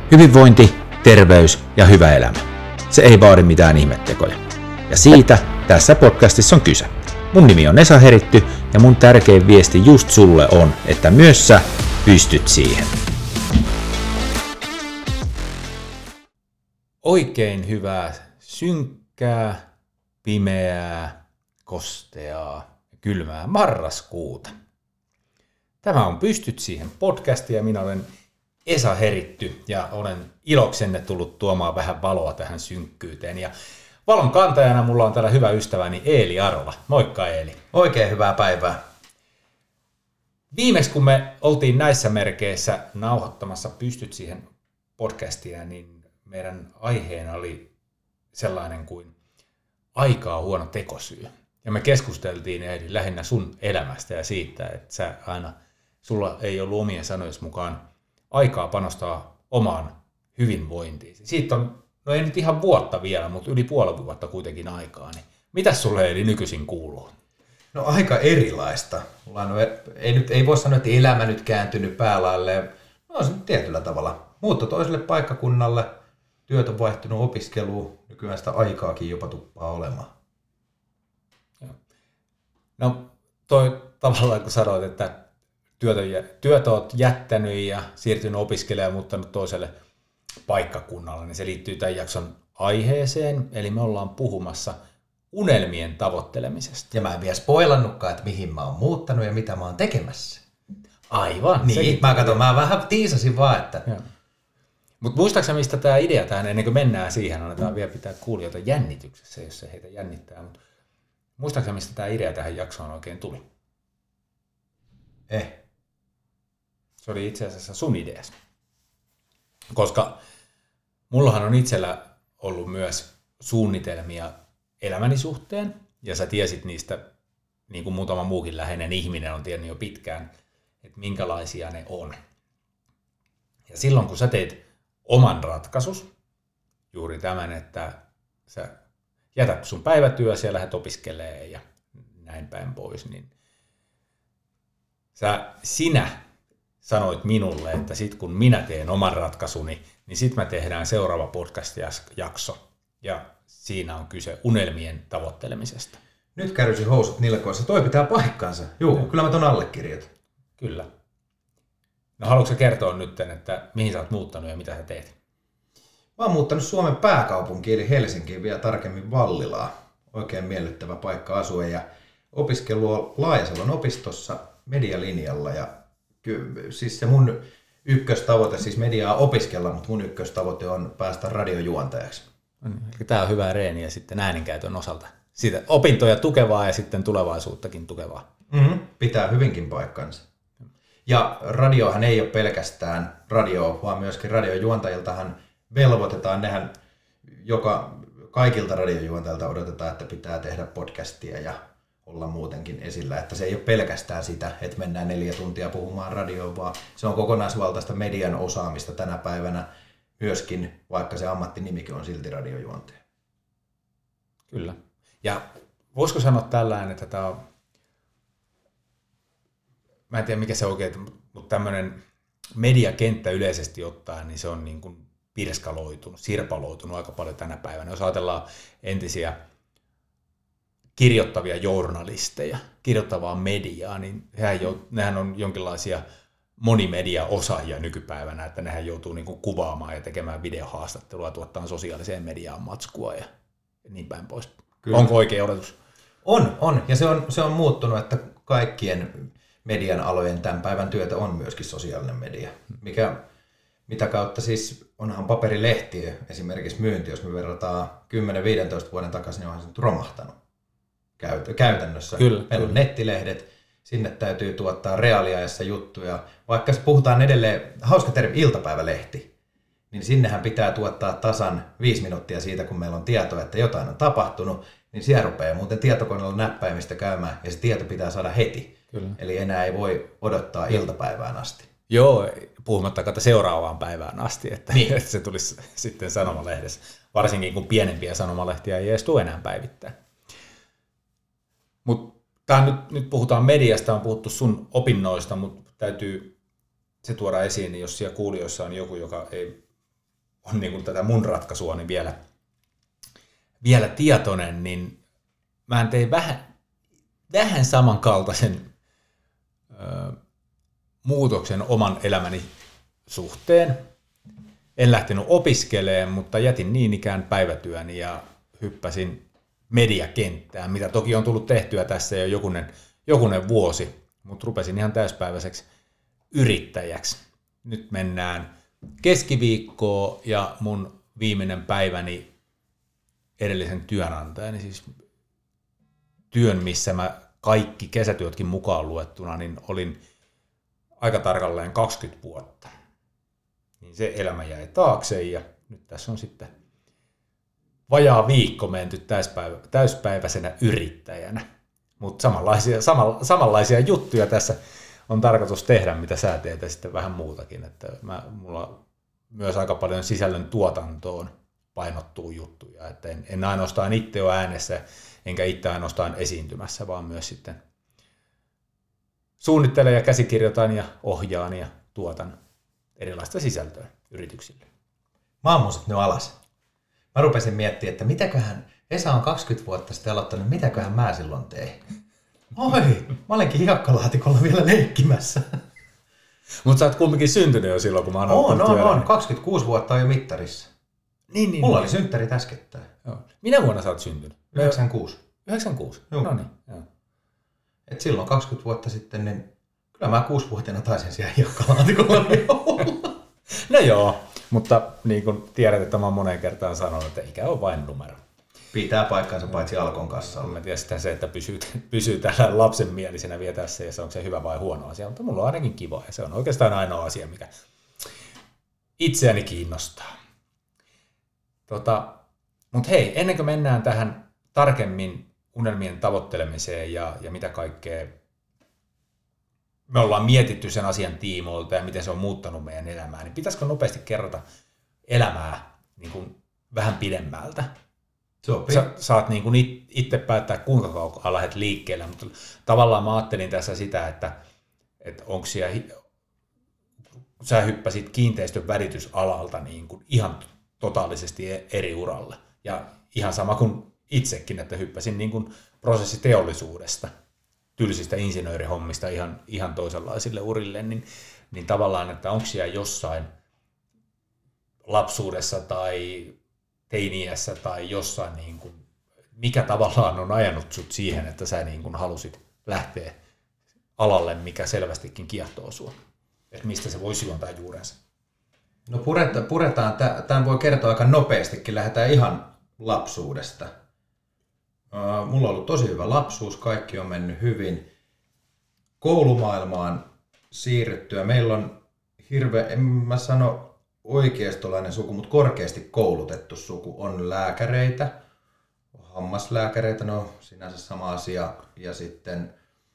Hyvinvointi, terveys ja hyvä elämä. Se ei vaadi mitään ihmettekoja. Ja siitä tässä podcastissa on kyse. Mun nimi on Esa Heritty ja mun tärkein viesti just sulle on, että myös sä pystyt siihen. Oikein hyvää, synkkää, pimeää, kosteaa, kylmää marraskuuta. Tämä on Pystyt siihen podcast ja minä olen Esa Heritty ja olen iloksenne tullut tuomaan vähän valoa tähän synkkyyteen. Ja valon kantajana mulla on täällä hyvä ystäväni Eeli Arola. Moikka Eeli. Oikein hyvää päivää. Viimeksi kun me oltiin näissä merkeissä nauhoittamassa Pystyt siihen podcastia, niin meidän aiheena oli sellainen kuin aikaa huono tekosyy. Ja me keskusteltiin Eeli lähinnä sun elämästä ja siitä, että sä aina, sulla ei ollut omien sanojen mukaan aikaa panostaa omaan hyvinvointiin. Siitä on, no ei nyt ihan vuotta vielä, mutta yli puoli vuotta kuitenkin aikaa. Niin mitäs sulle Eli nykyisin kuuluu? No aika erilaista. Ei voi sanoa, että elämä nyt kääntynyt päälailleen. No se tietyllä tavalla. Muutto toiselle paikkakunnalle, työt on vaihtunut opiskeluun, nykyään sitä aikaakin jopa tuppaa olemaan. No toi tavallaan kun sanoit, että työtä olet jättänyt ja siirtynyt opiskelemaan ja muuttanut toiselle paikkakunnalle, niin se liittyy tämän jakson aiheeseen, eli me ollaan puhumassa unelmien tavoittelemisesta. Ja mä en vielä spoilannutkaan, että mihin mä oon muuttanut ja mitä mä oon tekemässä. Aivan. Niin, mä vähän tiisasin vaan, että... Mutta muistaaksä mistä tämä idea tähän, ennen kuin mennään siihen, annetaan vielä pitää kuulijoita jännityksessä, jos se heitä jännittää, mutta muistaaksä mistä tämä idea tähän jaksoon oikein tuli? Se oli itse asiassa sun ideasi. Koska mullahan on itsellä ollut myös suunnitelmia elämäni suhteen, ja sä tiesit niistä, niin kuin muutama muukin läheinen ihminen on tiennyt jo pitkään, että minkälaisia ne on. Ja silloin kun sä teit oman ratkasus, juuri tämän, että sä jätät sun päivätyösi ja lähdet opiskelemaan ja näin päin pois, niin sinä sanoit minulle, että sit kun minä teen oman ratkaisuni, niin sit me tehdään seuraava podcast-jakso. Ja siinä on kyse unelmien tavoittelemisesta. Nyt kärrysin housut nilkoissa. Toi pitää paikkansa. Juu, kyllä mä ton allekirjoitan. Kyllä. No haluatko kertoa nyt, että mihin sä oot muuttanut ja mitä sä teet? Mä oon muuttanut Suomen pääkaupunkiin eli Helsinkiin, vielä tarkemmin Vallilaan. Oikein miellyttävä paikka asua ja opiskelu Laajasalon opistossa medialinjalla. Ja siis se mun ykköstavoite, siis mediaa opiskella, mutta mun ykköstavoite on päästä radiojuontajaksi. Tämä on hyvää reeniä sitten äänenkäytön osalta. Siitä opintoja tukevaa ja sitten tulevaisuuttakin tukevaa. Pitää hyvinkin paikkansa. Ja radiohan ei ole pelkästään radio, vaan myöskin radiojuontajiltahan velvoitetaan. Kaikilta radiojuontajilta odotetaan, että pitää tehdä podcastia ja olla muutenkin esillä. Että se ei ole pelkästään sitä, että mennään 4 tuntia puhumaan radioon, vaan se on kokonaisvaltaista median osaamista tänä päivänä myöskin, vaikka se ammattinimikin on silti radiojuontaja. Kyllä. Ja voisiko sanoa tällainen, että tämä on, mä en tiedä mikä se oikein, mutta tämmöinen mediakenttä yleisesti ottaen, niin se on niin kuin pirskaloitunut, sirpaloitunut aika paljon tänä päivänä. Jos ajatellaan entisiä kirjoittavia journalisteja, kirjoittavaa mediaa, niin nehän on jonkinlaisia monimedia-osaajia nykypäivänä, että nehän joutuu niin kuin kuvaamaan ja tekemään videohaastattelua, tuottaa sosiaaliseen mediaan matskua ja niin päin pois. Kyllä. Onko oikea odotus? On. Ja se on muuttunut, että kaikkien median alojen tämän päivän työtä on myöskin sosiaalinen media. Mitä kautta siis onhan paperilehtiä esimerkiksi myynti, jos me verrataan 10-15 vuoden takaisin, niin onhan se nyt romahtanut käytännössä. Kyllä. Meillä on nettilehdet, sinne täytyy tuottaa reaaliajassa juttuja. Vaikka puhutaan edelleen, hauska termi, iltapäivälehti, niin sinnehän pitää tuottaa tasan 5 minuuttia siitä, kun meillä on tietoa, että jotain on tapahtunut, niin siellä rupeaa muuten tietokoneella näppäimistä käymään ja se tieto pitää saada heti. Kyllä. Eli enää ei voi odottaa iltapäivään asti. Joo, puhumattakaan seuraavaan päivään asti, että niin. Se tulisi sitten sanomalehdessä. Varsinkin kun pienempiä sanomalehtiä ei edes tule enää päivittäin. Mutta nyt puhutaan mediasta, on puhuttu sun opinnoista, mutta täytyy se tuoda esiin, niin jos siellä kuulijoissa on joku, joka ei on niin kuin tätä mun ratkaisua niin vielä tietoinen, niin mä tein vähän samankaltaisen muutoksen oman elämäni suhteen. En lähtenyt opiskelemaan, mutta jätin niin ikään päivätyöni ja hyppäsin mediakenttään, mitä toki on tullut tehtyä tässä jo jokunen vuosi, mutta rupesin ihan täyspäiväiseksi yrittäjäksi. Nyt mennään keskiviikkoon ja mun viimeinen päiväni edellisen työnantajani, siis työn, missä mä kaikki kesätyötkin mukaan luettuna, niin olin aika tarkalleen 20 vuotta. Niin se elämä jäi taakse ja nyt tässä on sitten vajaa viikko menty täyspäiväisenä yrittäjänä. Mutta samanlaisia juttuja tässä on tarkoitus tehdä, mitä sä teet ja sitten vähän muutakin. Että mulla myös aika paljon sisällön tuotantoon painottuu juttuja. Että en ainoastaan itse ole äänessä, enkä itse ainoastaan esiintymässä, vaan myös sitten suunnittelen ja käsikirjoitan ja ohjaan ja tuotan erilaista sisältöä yrityksille. Maamuusat nyt alas. Mä rupesin miettimään, että mitäköhän, Esa on 20 vuotta sitten aloittanut, mitäköhän mä silloin tein. Oi, mä olenkin hiekkalaatikolla vielä leikkimässä. Mutta sä oot kumminkin syntynyt jo silloin, kun mä oon on. 26 vuotta on jo mittarissa. Niin. Mulla oli synttärit äskettäin. Joo. Minä vuonna sä oot syntynyt? 96. 96? Joo. No niin. Joo. Et silloin 20 vuotta sitten, niin kyllä mä 6-vuotiaana taisin siellä hiekkalaatikolla olla. No joo, mutta niin kuin tiedät, että mä oon moneen kertaan sanonut, että ikä on vain numero. Pitää paikkansa paitsi Alkon kassalla. Mä tiedän sitä se, että pysyy tällä lapsenmielisenä vielä tässä ja se onko se hyvä vai huono asia, mutta mulla on ainakin kiva ja se on oikeastaan ainoa asia, mikä itseäni kiinnostaa. Mutta hei, ennen kuin mennään tähän tarkemmin unelmien tavoittelemiseen ja mitä kaikkea me ollaan mietitty sen asian tiimoilta ja miten se on muuttanut meidän elämää, niin pitäisikö nopeasti kerrota elämää niin kuin vähän pidemmältä? Sä saat niin kuin itse päättää, kuinka kauan lähdet liikkeelle, mutta tavallaan mä ajattelin tässä sitä, että onko siellä, sä hyppäsit kiinteistön välitysalalta niin kuin ihan totaalisesti eri uralle. Ja ihan sama kuin itsekin, että hyppäsin niin kuin prosessiteollisuudesta, tylsistä insinöörihommista ihan toisenlaisille urille, niin tavallaan, että onko siellä jossain lapsuudessa tai teiniässä tai jossain, niin kuin, mikä tavallaan on ajanut sut siihen, että sä niin kuin halusit lähteä alalle, mikä selvästikin kiehtoo sua. Että mistä se voisi juontaa juurensa? No puretaan. Tämän voi kertoa aika nopeastikin. Lähdetään ihan lapsuudesta. Mulla on ollut tosi hyvä lapsuus. Kaikki on mennyt hyvin. Koulumaailmaan siirryttyä. Meillä on en mä sano oikeistolainen suku, mutta korkeasti koulutettu suku. On lääkäreitä, hammaslääkäreitä, no sinänsä sama asia. Ja sitten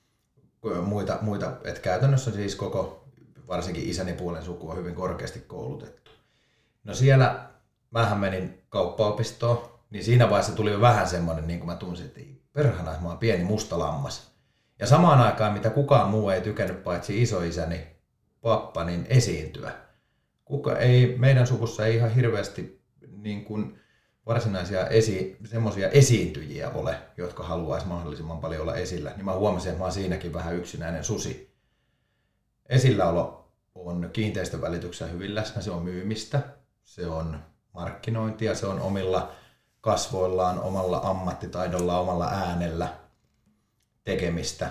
muita, että käytännössä siis varsinkin isäni puolen suku on hyvin korkeasti koulutettu. No siellä mähän menin kauppaopistoon, niin siinä vaiheessa tuli jo vähän semmoinen, niin kuin mä tunsin, että perhana, mä oon pieni musta lammas. Ja samaan aikaan, mitä kukaan muu ei tykännyt, paitsi isoisäni, pappa, niin esiintyä. Meidän suvussa ei ihan hirveästi niin kuin varsinaisia semmoisia esiintyjiä ole, jotka haluaisi mahdollisimman paljon olla esillä. Niin mä huomasin, että mä oon siinäkin vähän yksinäinen susi. Esilläolo on kiinteistön välityksessä hyvin läsnä, se on myymistä, se on markkinointia, se on omilla kasvoillaan, omalla ammattitaidolla, omalla äänellä tekemistä.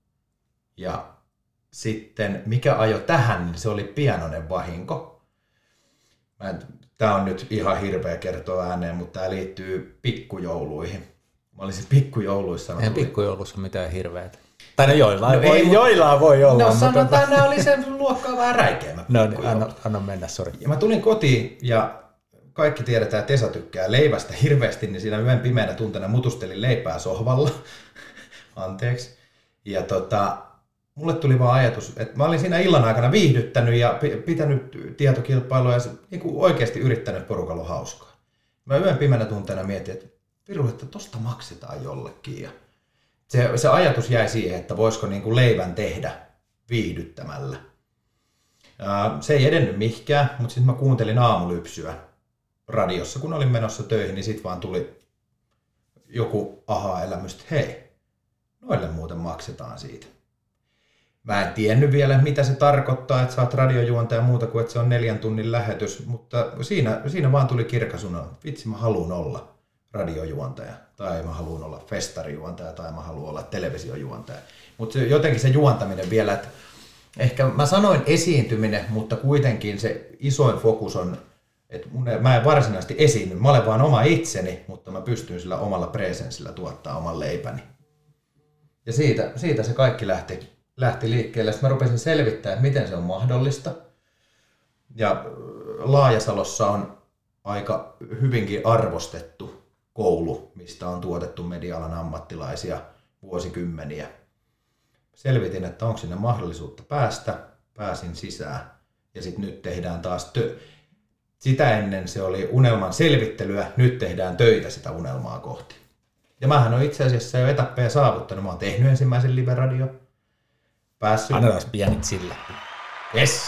Ja sitten mikä ajo tähän, niin se oli pienoinen vahinko. Tämä on nyt ihan hirveä kertoa ääneen, mutta tämä liittyy pikkujouluihin. Mä olisin pikkujouluissa. Eihän pikkujoulussa mitään hirveätä. Tai no joillain voi olla. No sanotaan, nämä oli sen luokkaa vähän räikeämmät. No niin, anna mennä, sori. Ja mä tulin kotiin ja kaikki tiedetään, että Esa tykkää leivästä hirveästi, niin siinä yön pimeänä tuntena mutustelin leipää sohvalla. Anteeksi. Ja mulle tuli vaan ajatus, että mä olin siinä illan aikana viihdyttänyt ja pitänyt tietokilpailua ja niin kuin oikeasti yrittänyt porukalla hauskaa. Mä yön pimeänä tunteena mietin, että piru, että tosta maksetaan jollekin. Ja se ajatus jäi siihen, että voisiko niin kuin leivän tehdä viihdyttämällä. Se ei edennyt mihinkään, mutta sitten mä kuuntelin aamulypsyä radiossa, kun olin menossa töihin, niin sit vaan tuli joku aha-elämys, että hei, noille muuten maksetaan siitä. Mä en tiennyt vielä, mitä se tarkoittaa, että sä oot radiojuontaja muuta kuin, että se on 4 tunnin lähetys, mutta siinä vaan tuli kirkasuna, että vitsi, mä haluun olla radiojuontaja, tai mä haluun olla festarijuontaja, tai mä haluun olla televisiojuontaja. Mutta jotenkin se juontaminen vielä, että ehkä mä sanoin esiintyminen, mutta kuitenkin se isoin fokus on, että mä en varsinaisesti esiinny, mä olen vaan oma itseni, mutta mä pystyn sillä omalla presenssillä tuottaa oman leipäni. Ja siitä se kaikki lähti liikkeelle. Sitten mä rupesin selvittämään, että miten se on mahdollista. Ja Laajasalossa on aika hyvinkin arvostettu koulu, mistä on tuotettu media-alan ammattilaisia vuosikymmeniä. Selvitin, että onko sinne mahdollisuutta päästä. Pääsin sisään. Ja sitten nyt tehdään taas sitä ennen se oli unelman selvittelyä, nyt tehdään töitä sitä unelmaa kohti. Ja mähän olen itse asiassa jo etappeja saavuttanut. Mä oon tehnyt ensimmäisen live-radio. Annetaan pienit sille. Yes.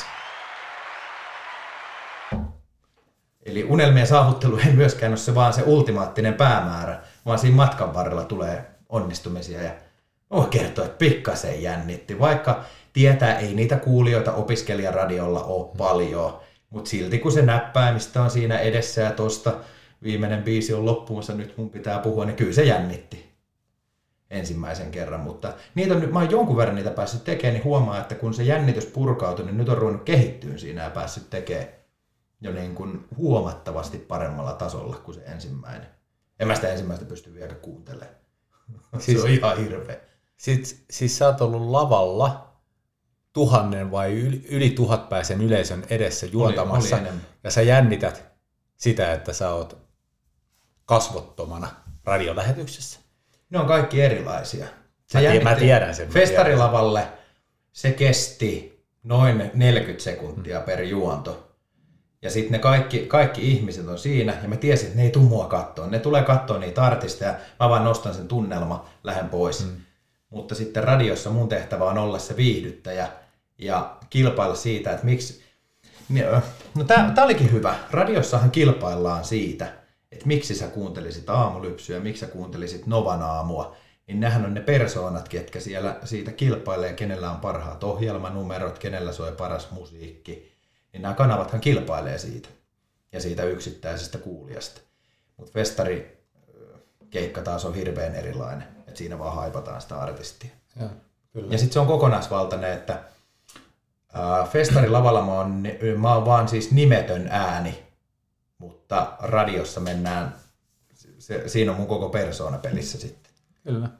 Eli unelmien saavuttelu ei myöskään ole se vaan se ultimaattinen päämäärä, vaan siinä matkan varrella tulee onnistumisia. Ja voin kertoa, että pikkasen jännitti, vaikka tietää ei niitä kuulijoita opiskelijaradiolla ole paljon, mutta silti kun se näppäimistä on siinä edessä ja tosta viimeinen biisi on loppuunsa, nyt mun pitää puhua, niin kyllä se jännitti ensimmäisen kerran, mutta mä oon jonkun verran niitä päässyt tekemään, niin huomaa, että kun se jännitys purkautui, niin nyt on ruvennut kehittyä siinä ja päässyt tekemään jo niin kuin huomattavasti paremmalla tasolla kuin se ensimmäinen. En mä sitä ensimmäistä pysty vielä kuuntelemaan. Se on ihan hirveä. Siis sä oot ollut lavalla 1000 vai yli 1000-päisen yleisön edessä juontamassa oli ja sä jännität sitä, että sä oot kasvottomana radiolähetyksessä. Ne on kaikki erilaisia. Mä tiedän sen. Festarilavalle se kesti noin 40 sekuntia per juonto. Ja sitten ne kaikki ihmiset on siinä, ja mä tiesin, että ne ei tule mua katsoa. Ne tulee katsoa niitä artisteja, mä vaan nostan sen tunnelma, lähden pois. Mutta sitten radiossa mun tehtävä on olla se viihdyttäjä ja kilpailla siitä, että miksi... No tää olikin hyvä. Radiossahan kilpaillaan siitä, että miksi sä kuuntelisit Aamulypsyä, miksi sä kuuntelisit Novan aamua. Niin nehän on ne persoonat, ketkä siellä siitä kilpailee, kenellä on parhaat ohjelmanumerot, kenellä soi paras musiikki. Niin nämä kanavathan kilpailee siitä ja siitä yksittäisestä kuulijasta. Mutta festarikeikka taas on hirveän erilainen, että siinä vaan haipataan sitä artistia. Ja sitten se on kokonaisvaltainen, että festarilavalla mä oon vaan siis nimetön ääni, mutta radiossa mennään, siinä on mun koko persoona pelissä sitten. Kyllä.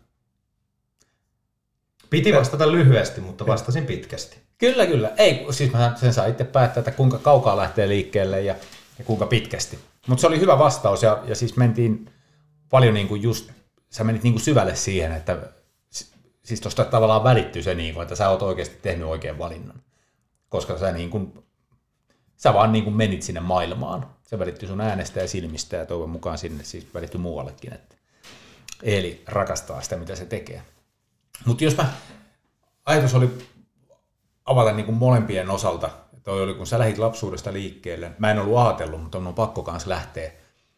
Piti vastata lyhyesti, mutta vastasin pitkästi. Kyllä. Ei, siis mä sen saa itse päättää, että kuinka kaukaa lähtee liikkeelle ja kuinka pitkästi. Mutta se oli hyvä vastaus ja siis mentiin paljon niin kuin just, sä menit niin kuin syvälle siihen, että siis tuosta tavallaan välittyy se, niin kuin, että sä oot oikeasti tehnyt oikean valinnan. Koska sä vaan niin kuin menit sinne maailmaan. Se välittyy sun äänestä ja silmistä ja toivon mukaan sinne siis välittyy muuallekin. Eli rakastaa sitä, mitä se tekee. Mutta jos ajatus oli avata niin kuin molempien osalta. Toi oli, kun sä lähdit lapsuudesta liikkeelle. Mä en ollut ajatellut, mutta on pakko kanssa lähteä.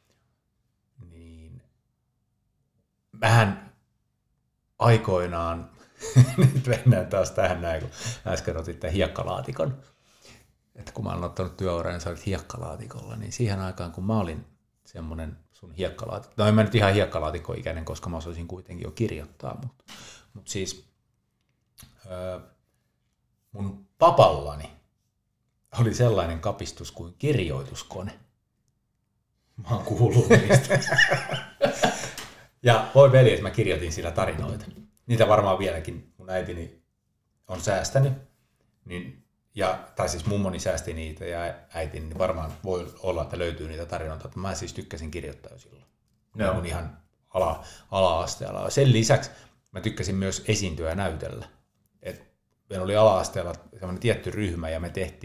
Niin mähän aikoinaan, nyt mennään taas tähän näin, kun äsken otit tämän hiekkalaatikon. Että kun mä olen ottanut työuran ja sä olit hiekkalaatikolla, niin siihen aikaan, kun mä olin semmoinen sun hiekkalaatikko, no en mä nyt ihan hiekkalaatikko-ikäinen, koska mä osasin kuitenkin jo kirjoittaa, mutta siis mun papallani oli sellainen kapistus kuin kirjoituskone. Mä oon kuullut niistä. Ja voi veli, että mä kirjoitin sillä tarinoita. Niitä varmaan vieläkin mun äitini on säästänyt. Tai siis mummoni säästi niitä ja äitini, niin varmaan voi olla, että löytyy niitä tarinoita. Mutta mä siis tykkäsin kirjoittaa jo silloin. No. Mun ihan ala-asteella. Sen lisäksi mä tykkäsin myös esiintyä ja näytellä. Meillä oli ala-asteella sellainen tietty ryhmä ja me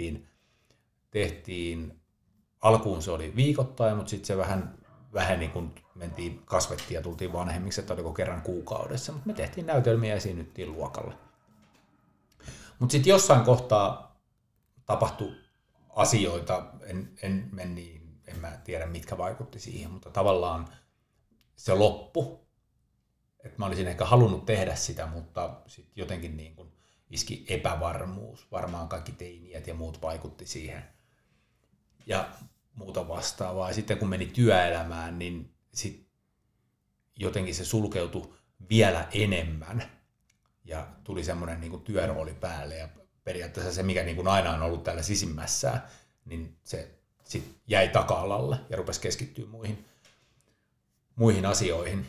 tehtiin alkuun se oli viikoittain, mutta sitten se vähän niin kuin kasvettiin ja tultiin vanhemmiksi, että oliko kerran kuukaudessa. Mutta me tehtiin näytelmiä ja esiinnyttiin luokalle. Mutta sitten jossain kohtaa tapahtui asioita, en mene niin en mä tiedä mitkä vaikutti siihen, mutta tavallaan se loppu, että mä olisin ehkä halunnut tehdä sitä, mutta sitten jotenkin niin kuin iski epävarmuus, varmaan kaikki teiniät ja muut vaikutti siihen ja muuta vastaavaa. Ja sitten kun meni työelämään, niin sit jotenkin se sulkeutui vielä enemmän ja tuli semmoinen niin kuin työrooli päälle ja periaatteessa se, mikä niin kuin aina on ollut täällä sisimmässään, niin se sitten jäi taka-alalle ja rupesi keskittyä muihin asioihin.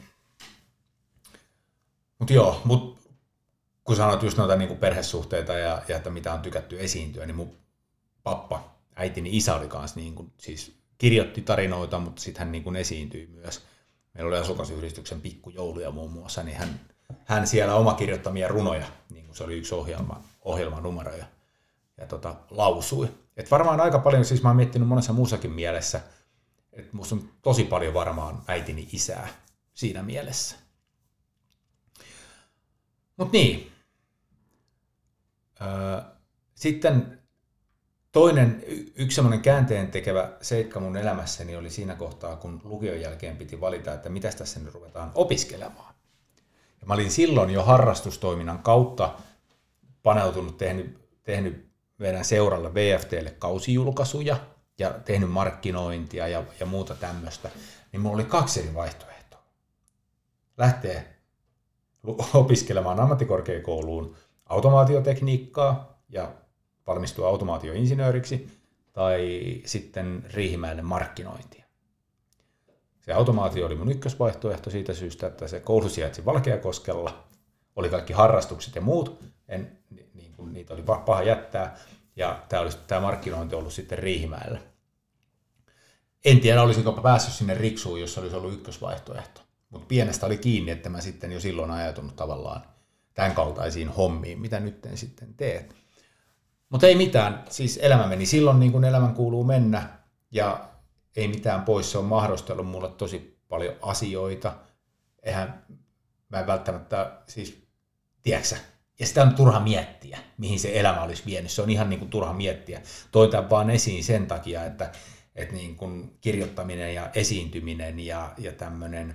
Mutta joo, kun sanoit just noita niin kuin perhesuhteita ja että mitä on tykätty esiintyä, niin mun pappa, äitini isä oli kanssa niin kuin, siis kirjoitti tarinoita, mutta sitten hän niin kuin esiintyi myös. Meillä oli asukasyhdistyksen pikkujouluja muun muassa, niin hän siellä omakirjoittamia runoja, niin kuin se oli yksi ohjelmanumero ja lausui. Et varmaan aika paljon, siis mä oon miettinyt monessa muussakin mielessä, että musta on tosi paljon varmaan äitini isää siinä mielessä. Mut niin. Sitten yksi semmoinen käänteen tekevä seikka mun elämässäni oli siinä kohtaa, kun lukion jälkeen piti valita, että mitäs tässä nyt ruvetaan opiskelemaan. Ja mä olin silloin jo harrastustoiminnan kautta paneutunut, tehnyt meidän seuralla VFT:lle kausijulkaisuja ja tehnyt markkinointia ja muuta tämmöistä, niin mulla oli 2 eri vaihtoehtoa. Lähtee opiskelemaan ammattikorkeakouluun automaatiotekniikkaa ja valmistua automaatioinsinööriksi tai sitten Riihimäelle markkinointia. Se automaatio oli mun ykkösvaihtoehto siitä syystä, että se koulu sijaitsi Valkeakoskella, oli kaikki harrastukset ja muut, niitä oli paha jättää, ja tämä markkinointi ollut sitten Riihimäellä. En tiedä, olisinko päässyt sinne Riksuun, jos olisi ollut ykkösvaihtoehto, mutta pienestä oli kiinni, että mä sitten jo silloin ajatunut tavallaan tämän kaltaisiin hommiin, mitä nyt sitten teet. Mutta ei mitään, siis elämä meni silloin niin kuin elämän kuuluu mennä, ja ei mitään pois, se on mahdollistellut mulle tosi paljon asioita. Mä en välttämättä, siis, tiedätkö, ja sitä on turha miettiä, mihin se elämä olisi vienyt. Se on ihan niin kuin turha miettiä. Toin tämän vaan esiin sen takia, että niin kuin kirjoittaminen ja esiintyminen ja tämmöinen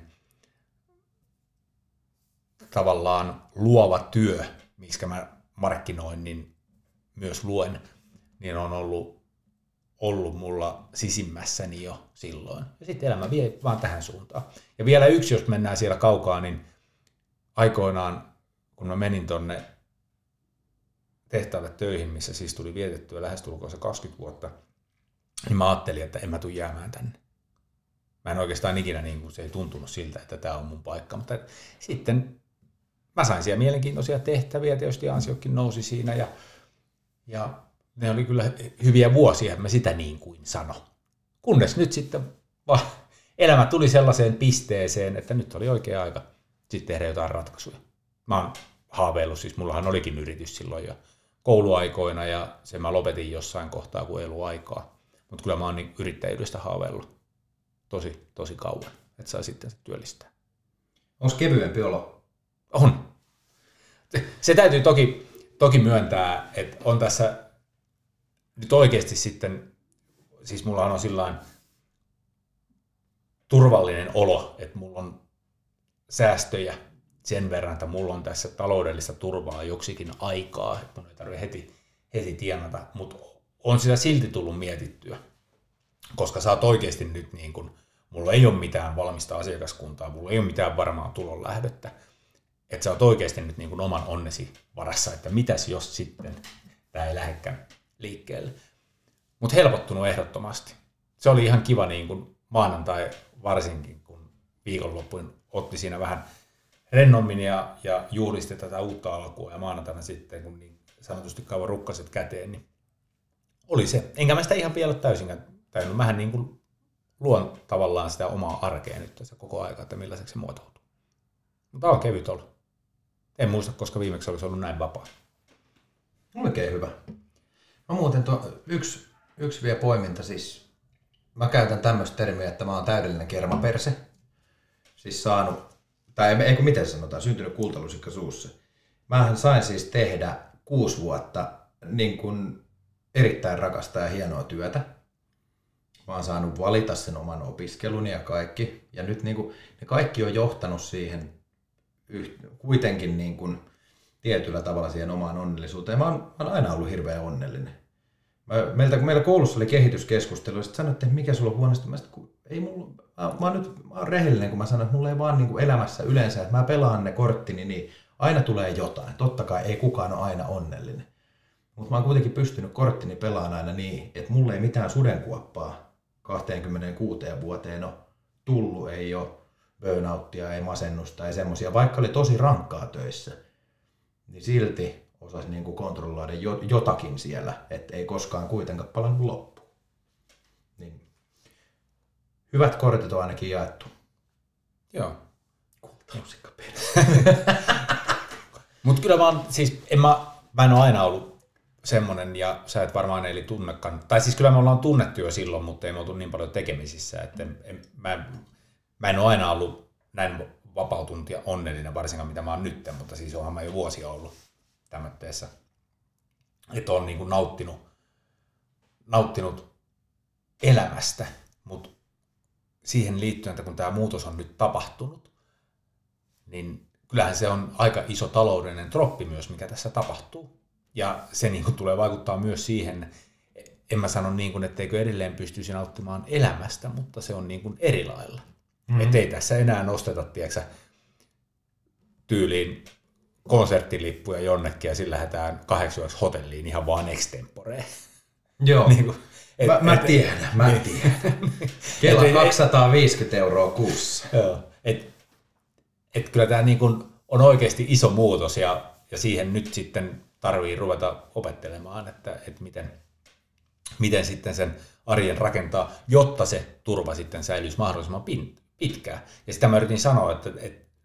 tavallaan luova työ, miksi mä markkinoinnin myös luen, niin on ollut mulla sisimmässäni jo silloin. Ja sitten elämä vie vaan tähän suuntaan. Ja vielä yksi, jos mennään siellä kaukaa, niin aikoinaan, kun mä menin tonne tehtaalle töihin, missä siis tuli vietettyä lähestulkoon se 20 vuotta, niin mä ajattelin, että en mä tule jäämään tänne. Mä en oikeastaan ikinä, niin kuin se ei tuntunut siltä, että tämä on mun paikka, mutta sitten mä sain siellä mielenkiintoisia tehtäviä, tietysti ansiokin nousi siinä ja ne oli kyllä hyviä vuosia, mä sitä niin kuin sano. Kunnes nyt sitten elämä tuli sellaiseen pisteeseen, että nyt oli oikea aika sitten tehdä jotain ratkaisuja. Mä oon haaveillut, siis mullahan olikin yritys silloin jo kouluaikoina ja sen mä lopetin jossain kohtaa, kun ei ollut aikaa. Mutta kyllä mä oon niin yrittäjyydestä haaveillut tosi kauan, että saa sitten se työllistää. Onko kevyempi olo? On. Se täytyy toki myöntää, että on tässä nyt oikeasti sitten, siis mullahan on sillain turvallinen olo, että mulla on säästöjä sen verran, että mulla on tässä taloudellista turvaa joksikin aikaa, että mun ei tarvitse heti tienata, mutta on sitä silti tullut mietittyä, koska sä oot oikeasti nyt niin kuin, mulla ei ole mitään valmista asiakaskuntaa, mulla ei ole mitään varmaa tulonlähdettä, että sä oot oikeasti nyt niin kuin oman onnesi varassa, että mitäs jos sitten tää ei lähdekään liikkeelle. Mutta helpottunut ehdottomasti. Se oli ihan kiva niin kuin maanantai varsinkin, kun viikonloppuun otti siinä vähän rennommin ja juhlisti tätä uutta alkua ja maanantaina sitten, kun niin sanotusti kauan rukkaset käteen, niin oli se. Enkä mä sitä ihan vielä täysinkään tajunnut. Mähän niin kuin luon tavallaan sitä omaa arkea nyt tässä koko aika, että millaiseksi se muotoutuu. Mutta on kevyt ollut. En muista, koska viimeksi olisi ollut näin vapaa. Oikein hyvä. Mä muuten yksi vielä poiminta, siis mä käytän tämmöistä termiä, että mä oon täydellinen kermaperse. Siis saanut, tai eikö miten sanotaan, syntynyt kultalusikka suussa. Mähän sain siis tehdä 6 vuotta niin kuin erittäin rakasta ja hienoa työtä. Mä oon saanut valita sen oman opiskeluni ja kaikki. Ja nyt niin kuin, ne kaikki on johtanut siihen kuitenkin niin kuin, tietyllä tavalla siihen omaan onnellisuuteen. Mä oon aina ollut hirveän onnellinen. Kun meillä koulussa oli kehityskeskustelu, ja sitten sanottiin, että mikä sulla on huonosti. Mä oon rehellinen, kun mä sanon, että mulla ei vaan niin kuin elämässä yleensä, että mä pelaan ne korttini, niin aina tulee jotain. Totta kai ei kukaan ole aina onnellinen. Mutta mä oon kuitenkin pystynyt korttini pelaamaan aina niin, että mulle ei mitään sudenkuoppaa 26 vuoteen ole tullut, ei ole burnouttia, ei masennusta, ei semmoisia. Vaikka oli tosi rankkaa töissä, niin silti osasi niin kuin kontrolloida jotakin siellä, että ei koskaan kuitenkaan palannut loppuun. Niin. Hyvät kortit on ainakin jaettu. Joo. Kultalusikka Mutta kyllä mä en ole aina ollut semmonen, ja sä et varmaan eli tunnekaan. Tai siis kyllä me ollaan tunnettu jo silloin, mutta ei me oltu niin paljon tekemisissä. Että mä en ole aina ollut näin vapautunut ja onnellinen, varsinkaan mitä mä oon nyt, mutta siis onhan mä jo vuosia ollut tämmöisessä. Että on niin kuin nauttinut elämästä, mutta siihen liittyen, että kun tämä muutos on nyt tapahtunut, niin kyllähän se on aika iso taloudellinen droppi myös, mikä tässä tapahtuu. Ja se niin kuin tulee vaikuttaa myös siihen, en mä sano niin kuin, etteikö edelleen pystyisi nauttimaan elämästä, mutta se on niin kuin eri lailla. Että ei tässä enää nosteta, tiedätkö, tyyliin konserttilippuja jonnekin ja sillä lähdetään 8 yöksi hotelliin ihan vaan extemporeen. Joo, niin kuin, mä tiedän. Kela 250 € kuussa. Joo, et kyllä tämä niin kuin on oikeasti iso muutos ja siihen nyt sitten tarvii ruveta opettelemaan, että miten sitten sen arjen rakentaa, jotta se turva sitten säilyisi mahdollisimman pitkään. Ja sitä mä yritin sanoa, että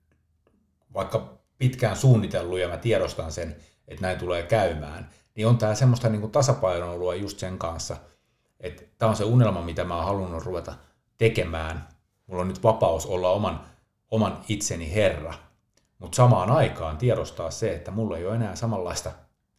vaikka pitkään suunnitellut ja mä tiedostan sen, että näin tulee käymään, niin on tää semmoista niin kuin tasapainoilua just sen kanssa, että tämä on se unelma, mitä mä oon halunnut ruveta tekemään. Mulla on nyt vapaus olla oman itseni herra, mutta samaan aikaan tiedostaa se, että mulla ei ole enää samanlaista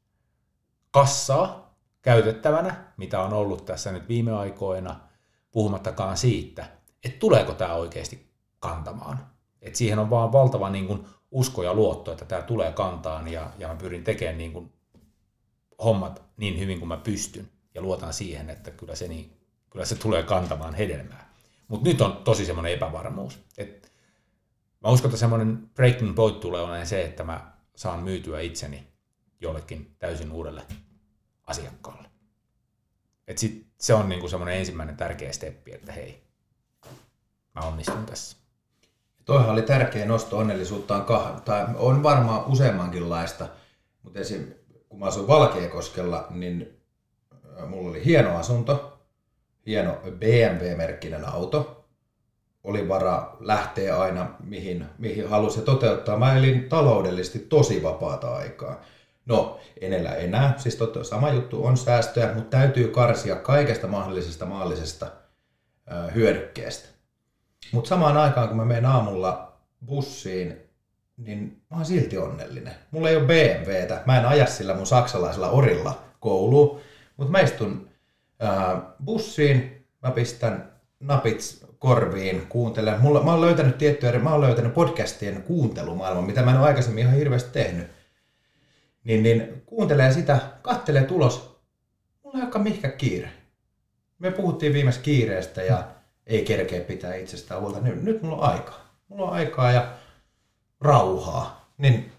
kassaa käytettävänä, mitä on ollut tässä nyt viime aikoina, puhumattakaan siitä, että tuleeko tämä oikeasti kantamaan. Että siihen on vaan valtava niin kuin usko ja luotto, että tämä tulee kantaan ja mä pyrin tekemään niin kuin hommat niin hyvin kuin mä pystyn ja luotan siihen, että kyllä se tulee kantamaan hedelmää. Mutta nyt on tosi semmoinen epävarmuus. Et mä uskon, että semmoinen breaking point tulee olemaan se, että mä saan myytyä itseni jollekin täysin uudelle asiakkaalle. Et se on niinku semmoinen ensimmäinen tärkeä steppi, että hei, mä onnistun tässä. Toihan oli tärkeä nosto onnellisuuttaan, tai on varmaan useammankinlaista, mutta esim. Kun mä asuin Valkeakoskella, niin mulla oli hieno asunto, hieno BMW-merkkinen auto, oli vara lähteä aina mihin halusi toteuttaa. Mä elin taloudellisesti tosi vapaata aikaa. No, en elä enää, siis sama juttu on säästöjä, mutta täytyy karsia kaikesta mahdollisesta maallisesta hyödykkeestä. Mutta samaan aikaan, kun mä menen aamulla bussiin, niin mä oon silti onnellinen. Mulla ei ole BMWtä, mä en aja sillä mun saksalaisella orilla kouluun, mutta mä istun bussiin, mä pistän napit korviin, kuuntelen. Mä oon löytänyt podcastien kuuntelumaailman, mitä mä en ole aikaisemmin ihan hirveästi tehnyt. Niin kuuntelee sitä, kattelee tulos. Mulla ei olekaan mihinkään kiire. Me puhuttiin viimeis kiireestä ja ei kerkeä pitää itsestään huolta. Nyt mulla on aikaa. Mulla on aikaa ja rauhaa. Niin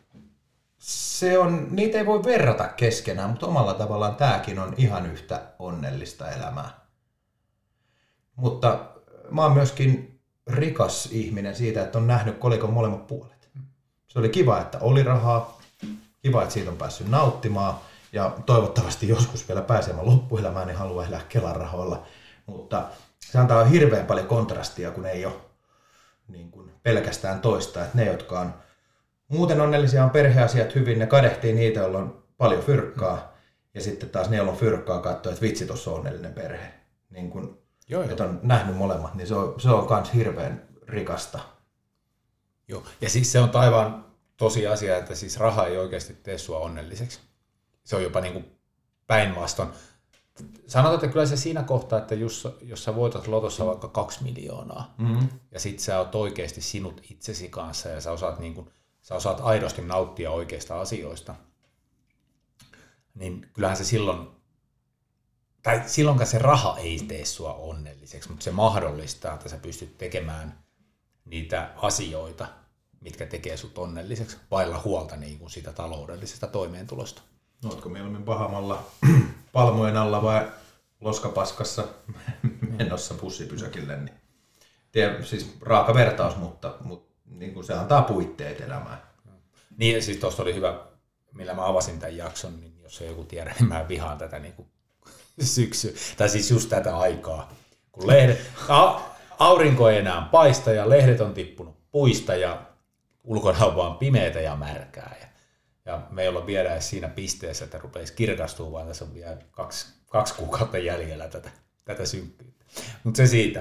niitä ei voi verrata keskenään, mutta omalla tavallaan tääkin on ihan yhtä onnellista elämää. Mutta mä oon myöskin rikas ihminen siitä, että on nähnyt kolikon molemmat puolet. Se oli kiva, että oli rahaa. Kiva, että siitä on päässyt nauttimaan ja toivottavasti joskus vielä pääsemään loppuelämään, niin haluaa elää Kelan rahoilla. Mutta se antaa hirveän paljon kontrastia, kun ei ole niin kuin pelkästään toista. Että ne, jotka on muuten onnellisia, on perheasiat hyvin, ne kadehtii niitä, joilla on paljon fyrkkaa. Ja sitten taas ne, joilla on fyrkkaa, katsoo, että vitsi, tuossa on onnellinen perhe. Niin kun, että on nähnyt molemmat, niin se on myös hirveän rikasta. Joo, ja siis se on taivaan tosiasia, että siis raha ei oikeasti tee sua onnelliseksi. Se on jopa niin kuin päinvastoin. sanotaan, että kyllä se siinä kohtaa, että jos sä voitat lotossa vaikka 2 miljoonaa, ja sit sä oot oikeasti sinut itsesi kanssa, ja sä osaat aidosti nauttia oikeista asioista, niin kyllähän se silloinkaan se raha ei tee sua onnelliseksi, mutta se mahdollistaa, että sä pystyt tekemään niitä asioita, mitkä tekee sut onnelliseksi, vailla huolta niin kuin siitä taloudellisesta toimeentulosta. Ootko mieluummin Bahamalla palmojen alla vai loskapaskassa menossa bussipysäkille? Niin. Siis raaka vertaus, mutta niin kuin se antaa puitteet elämään. Niin, siis tuosta oli hyvä, millä mä avasin tämän jakson, niin jos ei joku tiedä, niin mä vihaan tätä niin kuin syksyä, tai siis just tätä aikaa, kun aurinko ei enää paista ja lehdet on tippunut puista ja ulkona on vaan pimeätä ja märkää. Ja me ei olla vielä edes siinä pisteessä, että rupeisi kirkastua, vaan tässä on vielä kaksi kuukautta jäljellä tätä synkkyyttä. Mutta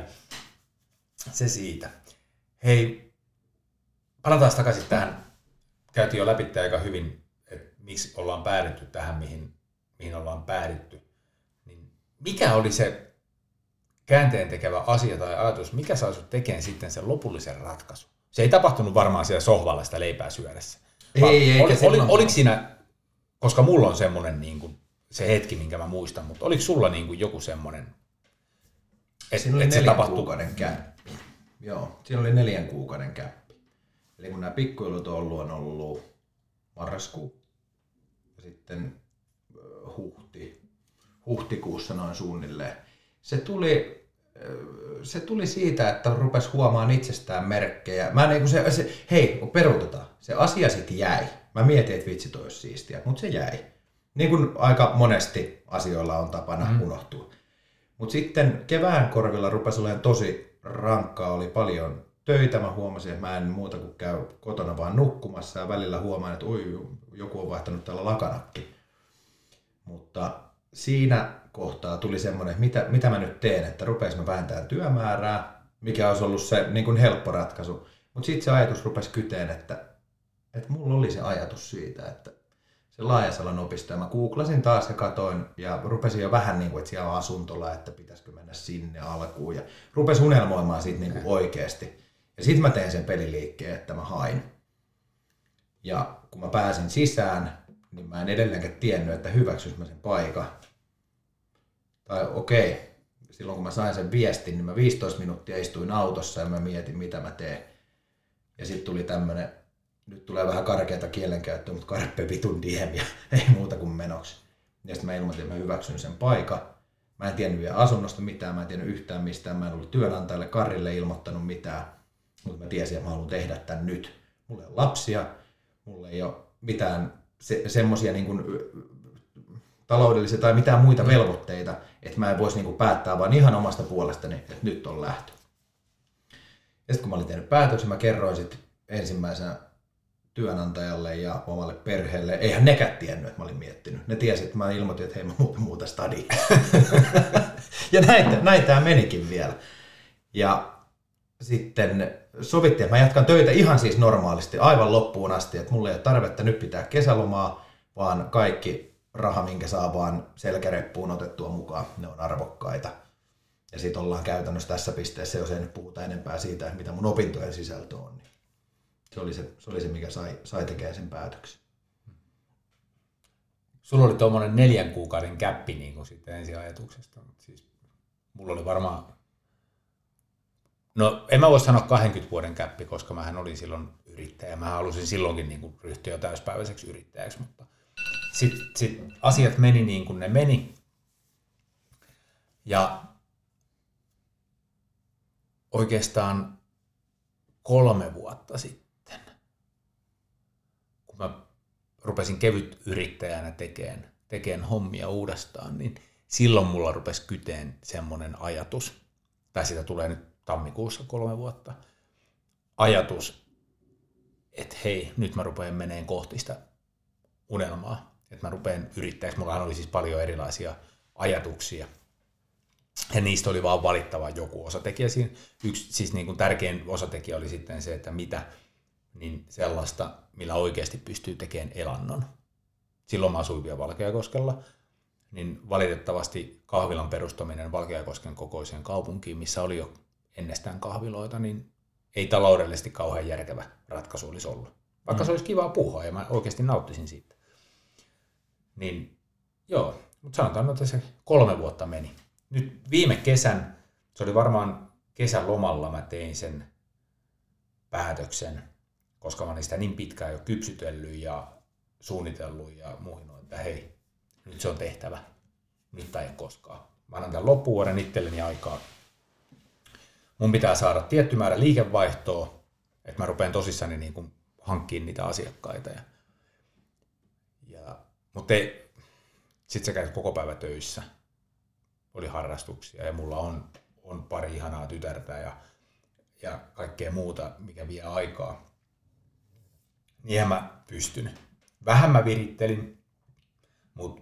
se siitä. Hei, palataan takaisin tähän. Käytiin jo läpi aika hyvin, että miksi ollaan päädytty tähän, mihin ollaan päädytty. Niin mikä oli se käänteen tekevä asia tai ajatus, mikä saa sut tekemään sitten sen lopullisen ratkaisun? Se ei tapahtunut varmaan siellä sohvalla sitä leipää syödessä. Oliko siinä, koska mulla on semmoinen niin kuin, se hetki, minkä mä muistan, mutta oliko sulla niin kuin joku semmoinen, siinä oli 4 kuukauden käppi. Joo, siinä oli 4 kuukauden käppi. Eli kun nämä pikkujoulut on ollut marraskuu ja sitten huhtikuussa noin suunnilleen. Se tuli siitä, että rupesi huomaan itsestään merkkejä. Hei, peruutetaan. Se asia sitten jäi. Mä mietin, että vitsi toi olisi siistiä, mutta se jäi. Niin kuin aika monesti asioilla on tapana unohtua. Mutta sitten kevään korvilla rupesi olemaan tosi rankkaa, oli paljon töitä. Mä huomasin, että mä en muuta kuin käy kotona vaan nukkumassa ja välillä huomaan, että joku on vaihtanut täällä lakanakki. Mutta siinä kohtaa tuli semmoinen, että mitä mä nyt teen, että rupeisin mä vähentämään työmäärää, mikä olisi ollut se niin kuin helppo ratkaisu. Mutta sitten se ajatus rupesi kyteen, että mulla oli se ajatus siitä, että se Laajasalan opisto, mä googlasin taas ja katoin ja rupesin jo vähän niin kuin, että siellä on asuntola, että pitäisikö mennä sinne alkuun ja rupesin unelmoimaan siitä niin kuin oikeasti. Ja sitten mä tein sen peliliikkeen, että mä hain. Ja kun mä pääsin sisään, niin mä en edelleenkään tiennyt, että hyväksys mä sen paikan. Tai okei, silloin kun mä sain sen viestin, niin mä 15 minuuttia istuin autossa ja mä mietin, mitä mä teen. Ja sitten tuli tämmönen, nyt tulee vähän karkeata kielenkäyttöä, mutta carpe vitun diem ja ei muuta kuin menoksi. Ja sitten mä ilmoitin, että mä hyväksyn sen paikan. Mä en tiennyt vielä asunnosta mitään, mä en tiennyt yhtään mistään, mä en ollut työnantajalle Karille ilmoittanut mitään. Mutta mä tiesin, että mä haluan tehdä tämän nyt. Mulla ei ole lapsia, mulla ei ole mitään semmoisia niin kuin taloudellisia tai mitään muita velvoitteita, että mä en voisi niin kuin päättää vaan ihan omasta puolestani, että nyt on lähtö. Ja sitten kun mä olin tehnyt päätöksen, mä kerroin sitten ensimmäisenä työnantajalle ja omalle perheelle. Eihän nekään tiennyt, että mä olin miettinyt. Ne tiesi, että mä ilmoitin, että hei mä muuta stadia. Ja näin tää menikin vielä. Ja sitten sovittiin, että mä jatkan töitä ihan siis normaalisti, aivan loppuun asti, että mulla ei ole tarvetta nyt pitää kesälomaa, vaan kaikki raha, minkä saa vaan selkäreppuun otettua mukaan, ne on arvokkaita. Ja sitten ollaan käytännössä tässä pisteessä, jos ei nyt puhuta enempää siitä, mitä mun opintojen sisältö on. Niin se oli se, mikä sai tekemään sen päätöksen. Sulla oli tuommoinen 4 kuukauden käppi niin kuin sitten ensiajatuksesta. Siis mulla oli varmaan, no en mä voi sanoa 20 vuoden käppi, koska mähän olin silloin yrittäjä. Mä halusin silloinkin niin kuin ryhtyä jo täyspäiväiseksi yrittäjäksi, mutta sitten asiat meni niin kuin ne meni. Ja oikeastaan 3 vuotta sitten, kun mä rupesin kevyt yrittäjänä tekemään hommia uudestaan, niin silloin mulla rupesi kyteen semmoinen ajatus, tai sitä tulee nyt tammikuussa 3 vuotta, ajatus, että hei, nyt mä rupean meneen kohti sitä unelmaa, että mä rupean yrittäjäksi. Mullahan oli siis paljon erilaisia ajatuksia, ja niistä oli vaan valittava joku osatekijä siinä. Yksi siis niin kuin tärkein osatekijä oli sitten se, että mitä, niin sellaista, millä oikeasti pystyy tekemään elannon. Silloin mä asuin vielä Valkeakoskella, niin valitettavasti kahvilan perustaminen Valkeakosken kokoiseen kaupunkiin, missä oli jo ennestään kahviloita, niin ei taloudellisesti kauhean järkevä ratkaisu olisi ollut. Vaikka se olisi kivaa puhua ja mä oikeasti nauttisin siitä. Niin joo, mutta sanotaan, että se 3 vuotta meni. Nyt viime kesän, se oli varmaan kesälomalla, mä tein sen päätöksen, koska mä olin sitä niin pitkään jo kypsytellyt ja suunnitellut ja muihin, että hei, nyt se on tehtävä. Nyt tai ei koskaan. Mä annan tämän loppuvuoden itselleni aikaa. Mun pitää saada tietty määrä liikevaihtoa, että mä rupean tosissani niin kuin hankkimaan niitä asiakkaita. Mutta sitten sä käyt koko päivä töissä. Oli harrastuksia ja mulla on pari ihanaa tytärtä ja kaikkea muuta, mikä vie aikaa. Niinhän mä pystyn. Vähän mä virittelin, mutta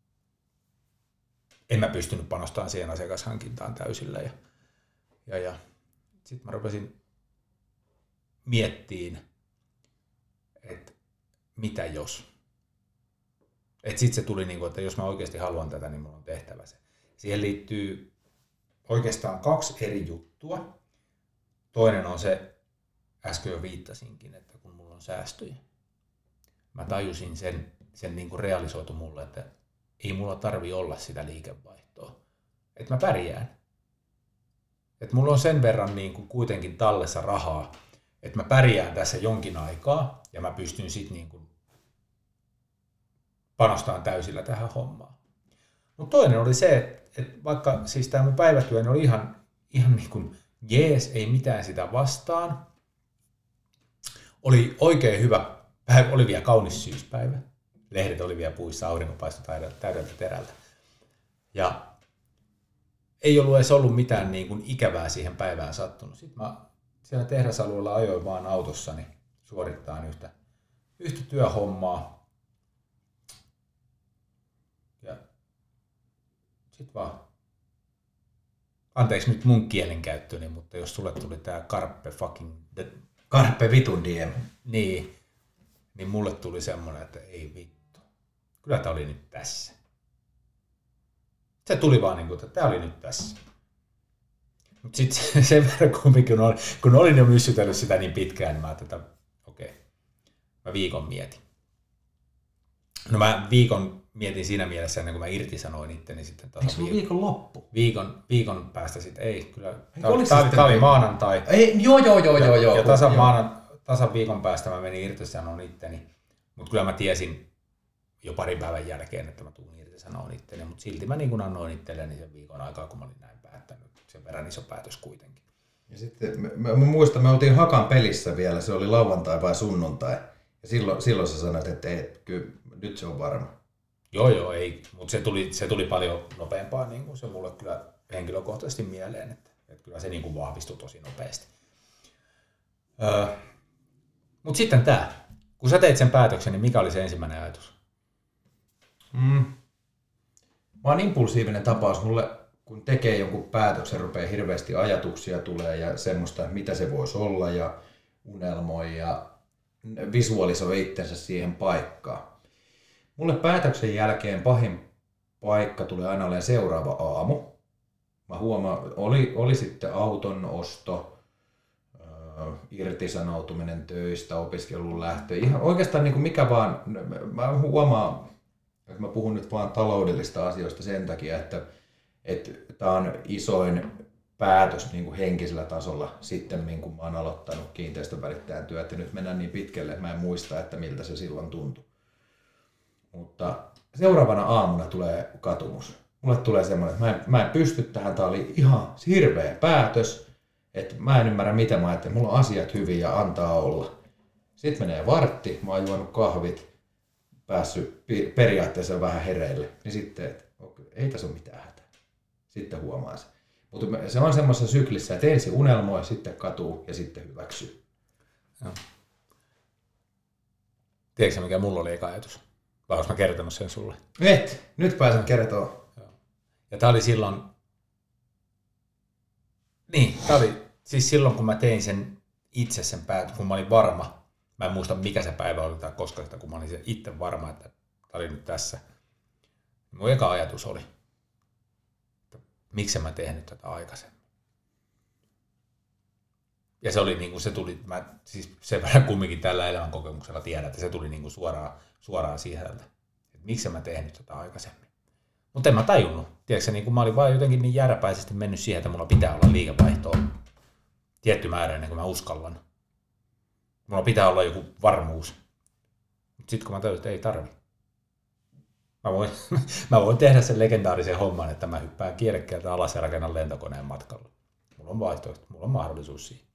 en mä pystynyt panostamaan siihen asiakashankintaan täysillä. Ja sitten mä rupesin miettiin, että mitä jos. Että sitten se tuli niin kuin, että jos mä oikeasti haluan tätä, niin mun on tehtävä se. Siihen liittyy oikeastaan 2 eri juttua. Toinen on se, äsken jo viittasinkin, että kun mulla on säästöjä. Mä tajusin sen niin kuin realisoitu mulle, että ei mulla tarvi olla sitä liikevaihtoa. Että mä pärjään. Että mulla on sen verran niin kuin kuitenkin tallessa rahaa, että mä pärjään tässä jonkin aikaa ja mä pystyn sitten niin kuin panostamaan täysillä tähän hommaan. Mutta toinen oli se, että vaikka siis tämä mun päivätyöni oli ihan niin kuin jees, ei mitään sitä vastaan. Oli oikein hyvä päivä, oli vielä kaunis syyspäivä. Lehdet oli vielä puissa, aurinko paistoi täydeltä terältä. Ja ei ollut mitään niin kuin ikävää siihen päivään sattunut. Sitten mä siellä tehdasalueella ajoin vaan autossani suorittaan yhtä työhommaa. Ja sit vaan, anteeksi nyt mun kielenkäyttöni, mutta jos sulle tuli tää Carpe vitun diem. Niin mulle tuli semmoinen, että ei vittu. Kyllä tää oli nyt tässä. Se tuli vaan niin kuin, että tää oli nyt tässä. Mutta sitten sen verran kumminkin, kun olin jo myssytellyt sitä niin pitkään, niin mä ajattelin, että okei, mä viikon mietin. No mä viikon mietin siinä mielessä, ennen kuin mä irtisanoin itteni sitten tasan. Eikö se viikon loppu? Viikon päästä sitten, ei kyllä. Tää oli maanantai. Ei, joo. Ja tasan viikon päästä mä menin irtisanoin itteni. Mutta kyllä mä tiesin jo parin päivän jälkeen, että mä tuun irtisanoin itteni. Mutta silti mä niin kuin annoin itselleni sen viikon aikaa, kun mä olin näin päättänyt. Sen verran iso päätös kuitenkin. Ja sitten mä muistan, me oltiin Hakan pelissä vielä, se oli lauantai vai sunnuntai. Ja silloin sä sanoit, että ei, kyllä nyt se on varma. Joo, ei, mutta se tuli paljon nopeampaa, niin kuin se mulle kyllä henkilökohtaisesti mieleen, että kyllä se niin kuin vahvistui tosi nopeasti. Mutta sitten tämä, kun sä teit sen päätöksen, niin mikä oli se ensimmäinen ajatus? Mä oon impulsiivinen tapaus, mulle kun tekee jonkun päätöksen, rupeaa hirveästi ajatuksia tulee ja semmoista, että mitä se voisi olla ja unelmoi ja visualisoi itsensä siihen paikkaan. Mulle päätöksen jälkeen pahin paikka tulee aina olemaan seuraava aamu. Mä huomaan, oli sitten auton osto, irtisanoutuminen töistä, opiskelun lähtö, ihan oikeastaan niin kuin mikä vaan, mä huomaan, että mä puhun nyt vaan taloudellista asioista sen takia, että tää on isoin päätös niin kuin henkisellä tasolla sitten, kun mä oon aloittanut kiinteistönvälittäjän työt ja nyt mennään niin pitkälle, että mä en muista, että miltä se silloin tuntui. Mutta seuraavana aamuna tulee katumus. Mulle tulee semmoinen, että mä en pysty tähän, tää oli ihan hirveä päätös, että mä en ymmärrä mitä mä ajattelin, mulla on asiat hyvin ja antaa olla. Sitten menee vartti, mä oon juonut kahvit, päässyt periaatteessa vähän hereille, niin sitten, että ei tässä ole mitään hätää. Sitten huomaa se. Mutta se on semmoisessa syklissä, että ensin unelmoi, sitten katuu ja sitten hyväksyy. Joo. Tiedätkö mikä mulla oli eka ajatus? Vai olis mä kertonut sen sulle? Nyt pääsen kertoa. Ja tää oli silloin... Niin, tää oli siis silloin kun mä tein sen itse sen päätöksen, kun mä olin varma. Mä en muista mikä se päivä oli tai koska sitä, kun mä olin itse varma, että tää oli nyt tässä. Mun eka ajatus oli, että miksi mä tehnyt tätä aikaisemmin. Ja se oli se tuli, mä siis sen verran kumminkin tällä elämänkokemuksella tiedän, että se tuli suoraan sisältä. Että miksi mä tehnyt tätä aikaisemmin. Mutta en mä tajunnut. Tiedätkö, mä olin vaan jotenkin niin jääräpäisesti mennyt siihen, että mulla pitää olla liikevaihtoa tietty määrä ennen kuin mä uskallan. Mulla pitää olla joku varmuus. Mutta sitten kun mä tajusin, että ei tarvi. Mä voin tehdä sen legendaarisen homman, että mä hyppään kierrekkeeltä alas ja rakennan lentokoneen matkalla. Mulla on vaihtoehto, mulla on mahdollisuus siihen.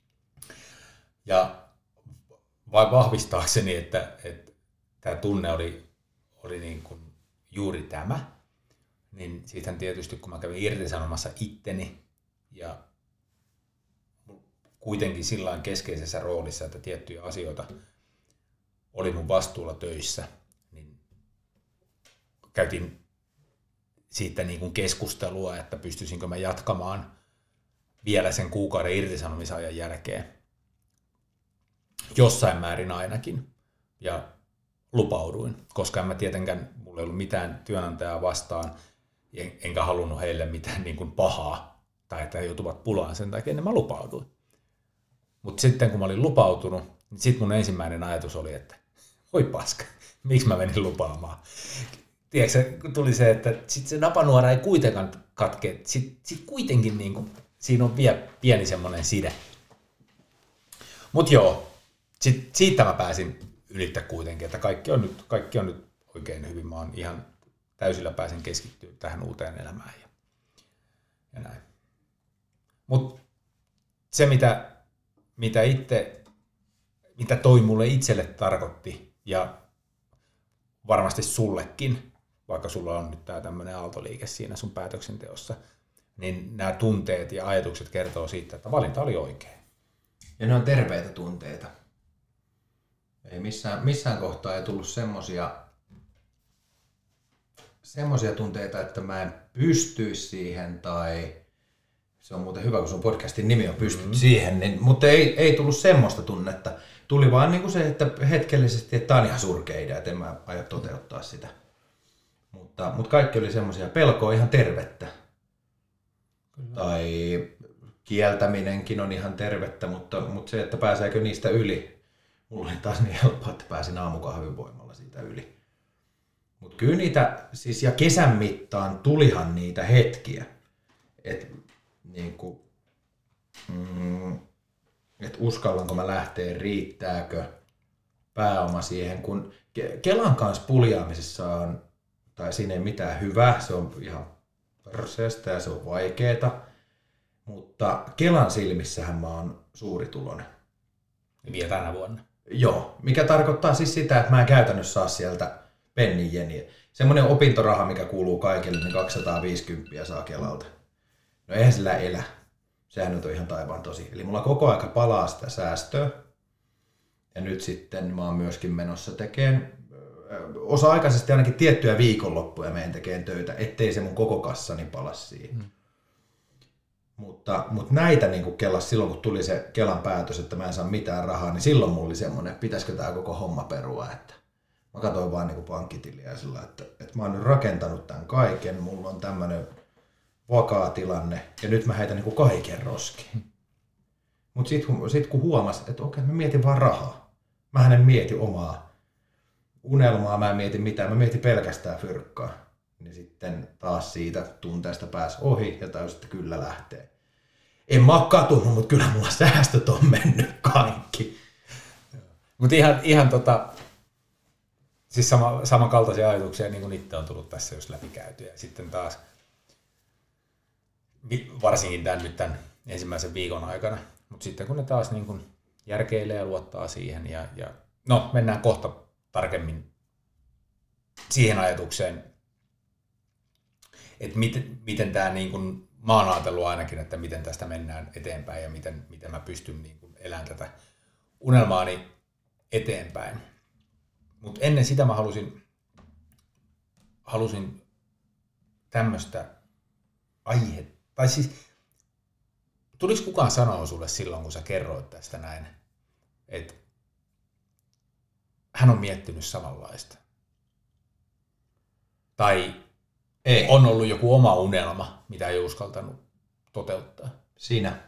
Ja vain vahvistaakseni, että tämä tunne oli niin kuin juuri tämä, niin siitähän tietysti kun mä kävin irtisanomassa itteni ja kuitenkin sillain keskeisessä roolissa, että tiettyjä asioita oli mun vastuulla töissä, niin käytiin siitä niin kuin keskustelua, että pystyisinkö mä jatkamaan vielä sen kuukauden irtisanomisajan jälkeen. Jossain määrin ainakin. Ja lupauduin, koska en mä tietenkään, mulla ei ollut mitään työnantajaa vastaan, enkä halunnut heille mitään niin kuin pahaa, tai että he joutuvat pulaan sen takia, niin mä lupauduin. Mutta sitten kun mä olin lupautunut, niin sitten mun ensimmäinen ajatus oli, että oi paska, miksi mä menin lupaamaan. Tiedätkö, tuli se, että sitten se napanuora ei kuitenkaan katkee, sitten kuitenkin niin kuin, siinä on vielä pieni semmoinen side. Mutta joo, siitä mä pääsin ylittä kuitenkin, että kaikki on nyt oikein hyvin. Mä oon ihan täysillä pääsen keskittyä tähän uuteen elämään ja näin. Mutta se, mitä toi mulle itselle tarkoitti, ja varmasti sullekin, vaikka sulla on nyt tää tämmönen aaltoliike siinä sun päätöksenteossa, niin nämä tunteet ja ajatukset kertoo siitä, että valinta oli oikein. Ja ne on terveitä tunteita. Ei missään kohtaa ei tullut semmosia tunteita, että mä en pystyisi siihen, tai se on muuten hyvä, kun sun podcastin nimi on Pystyt siihen, niin, mutta ei tullut semmoista tunnetta. Tuli vaan niin kuin se, että hetkellisesti, että tää on ihan surkea idea, että en mä aio toteuttaa sitä. Mutta kaikki oli semmoisia, pelkoa ihan tervettä. Kyllä. Tai kieltäminenkin on ihan tervettä, mutta se, että pääseekö niistä yli. Mulla oli taas niin helppoa, että pääsin aamukahvin voimalla siitä yli. Mutta kyllä niitä, siis ja kesän mittaan tulihan niitä hetkiä, että niinku, et uskallanko mä lähteä, riittääkö pääoma siihen, kun Kelan kanssa puljaamisessa on, tai siinä ei mitään hyvää, se on ihan perseestä ja se on vaikeeta, mutta Kelan silmissähän mä oon suurituloinen. Vielä tänä vuonna. Joo, mikä tarkoittaa siis sitä, että mä en käytännössä saa sieltä pennin jeniä. Semmoinen opintoraha, mikä kuuluu kaikille, niin 250 saa Kelalta. No eihän sillä elä. Sehän nyt on ihan taivaan tosi. Eli mulla koko aika palaa sitä säästöä. Ja nyt sitten mä oon myöskin menossa tekemään osa-aikaisesti ainakin tiettyjä viikonloppuja menen tekemään töitä, ettei se mun koko kassani pala siihen. Mutta näitä niin Kelas, silloin kun tuli se Kelan päätös, että mä en saa mitään rahaa, niin silloin mulla oli semmoinen, että pitäisikö tää koko homma perua. Että mä katsoin vaan niin pankkitiliä ja sillä, että mä oon nyt rakentanut tämän kaiken, mulla on tämmöinen vakaa tilanne ja nyt mä heitän niin kaiken roskiin. Mutta sit kun huomasin, että okei, mä mietin vaan rahaa. Mähän en mieti omaa unelmaa, mä en mieti mitään, mä mietin pelkästään fyrkkaa. Niin sitten taas siitä tunteesta pääsi ohi ja tajusin, että kyllä lähtee. En mä oo katunut, mutta kyllä mulla säästöt on mennyt kaikki. Mutta ihan siis samankaltaisia ajatuksia niin kuin itse on tullut tässä just läpikäyty. Ja sitten taas, varsinkin tämän ensimmäisen viikon aikana, mutta sitten kun ne taas niin kuin järkeilee ja luottaa siihen ja no mennään kohta tarkemmin siihen ajatukseen, että miten tämä niin kuin, mä oon ajatellut ainakin, että miten tästä mennään eteenpäin ja miten mä pystyn niin kuin elämään tätä unelmaani eteenpäin. Mutta ennen sitä mä halusin tämmöistä aihetta, tai siis tuliko kukaan sanoa sulle silloin, kun sä kerroit tästä näin, että hän on miettinyt samanlaista? Tai Ei. on ollut joku oma unelma, mitä ei uskaltanut toteuttaa? Sinä.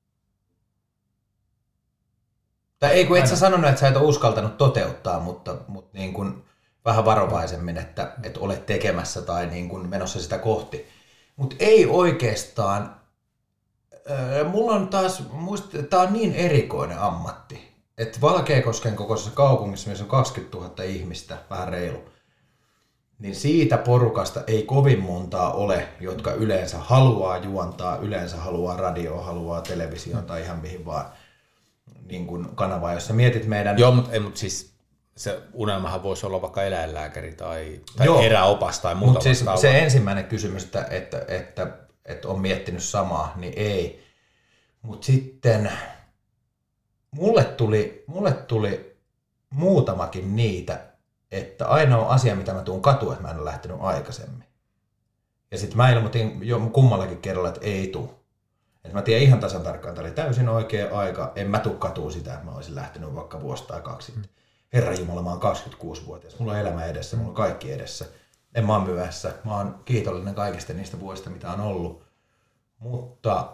Tai ei kun et sä sanonut, että sä et ole uskaltanut toteuttaa, mutta niin kuin vähän varovaisemmin, että et olet tekemässä tai niin kuin menossa sitä kohti. Mutta ei oikeastaan. Mulla on taas, tää on niin erikoinen ammatti, että Valkeakosken kokoisessa kaupungissa, missä on 20 000 ihmistä, vähän reilu, niin siitä porukasta ei kovin montaa ole, jotka yleensä haluaa juontaa, yleensä haluaa radioa, haluaa televisioon tai ihan mihin vaan niin kuin kanavaa, jos sä mietit meidän... Joo, mutta siis se unelmahan voisi olla vaikka eläinlääkäri tai eräopas tai muuta. Mutta siis se ensimmäinen kysymys, että on miettinyt samaa, niin ei. Mutta sitten mulle tuli muutamakin niitä, että ainoa asia, mitä mä tuun katua, että mä en ole lähtenyt aikaisemmin. Ja sitten mä ilmoitin jo kummallakin kerralla, että ei tuu. Että mä tiedän ihan tasan tarkkaan, että oli täysin oikea aika. En mä tuu katua sitä, että mä olisin lähtenyt vaikka vuosi tai kaksi sitten. Herranjumala, mä oon 26-vuotias. Mulla on elämä edessä, mulla on kaikki edessä. En mä oon myöhässä. Mä oon kiitollinen kaikista niistä vuosista, mitä on ollut. Mutta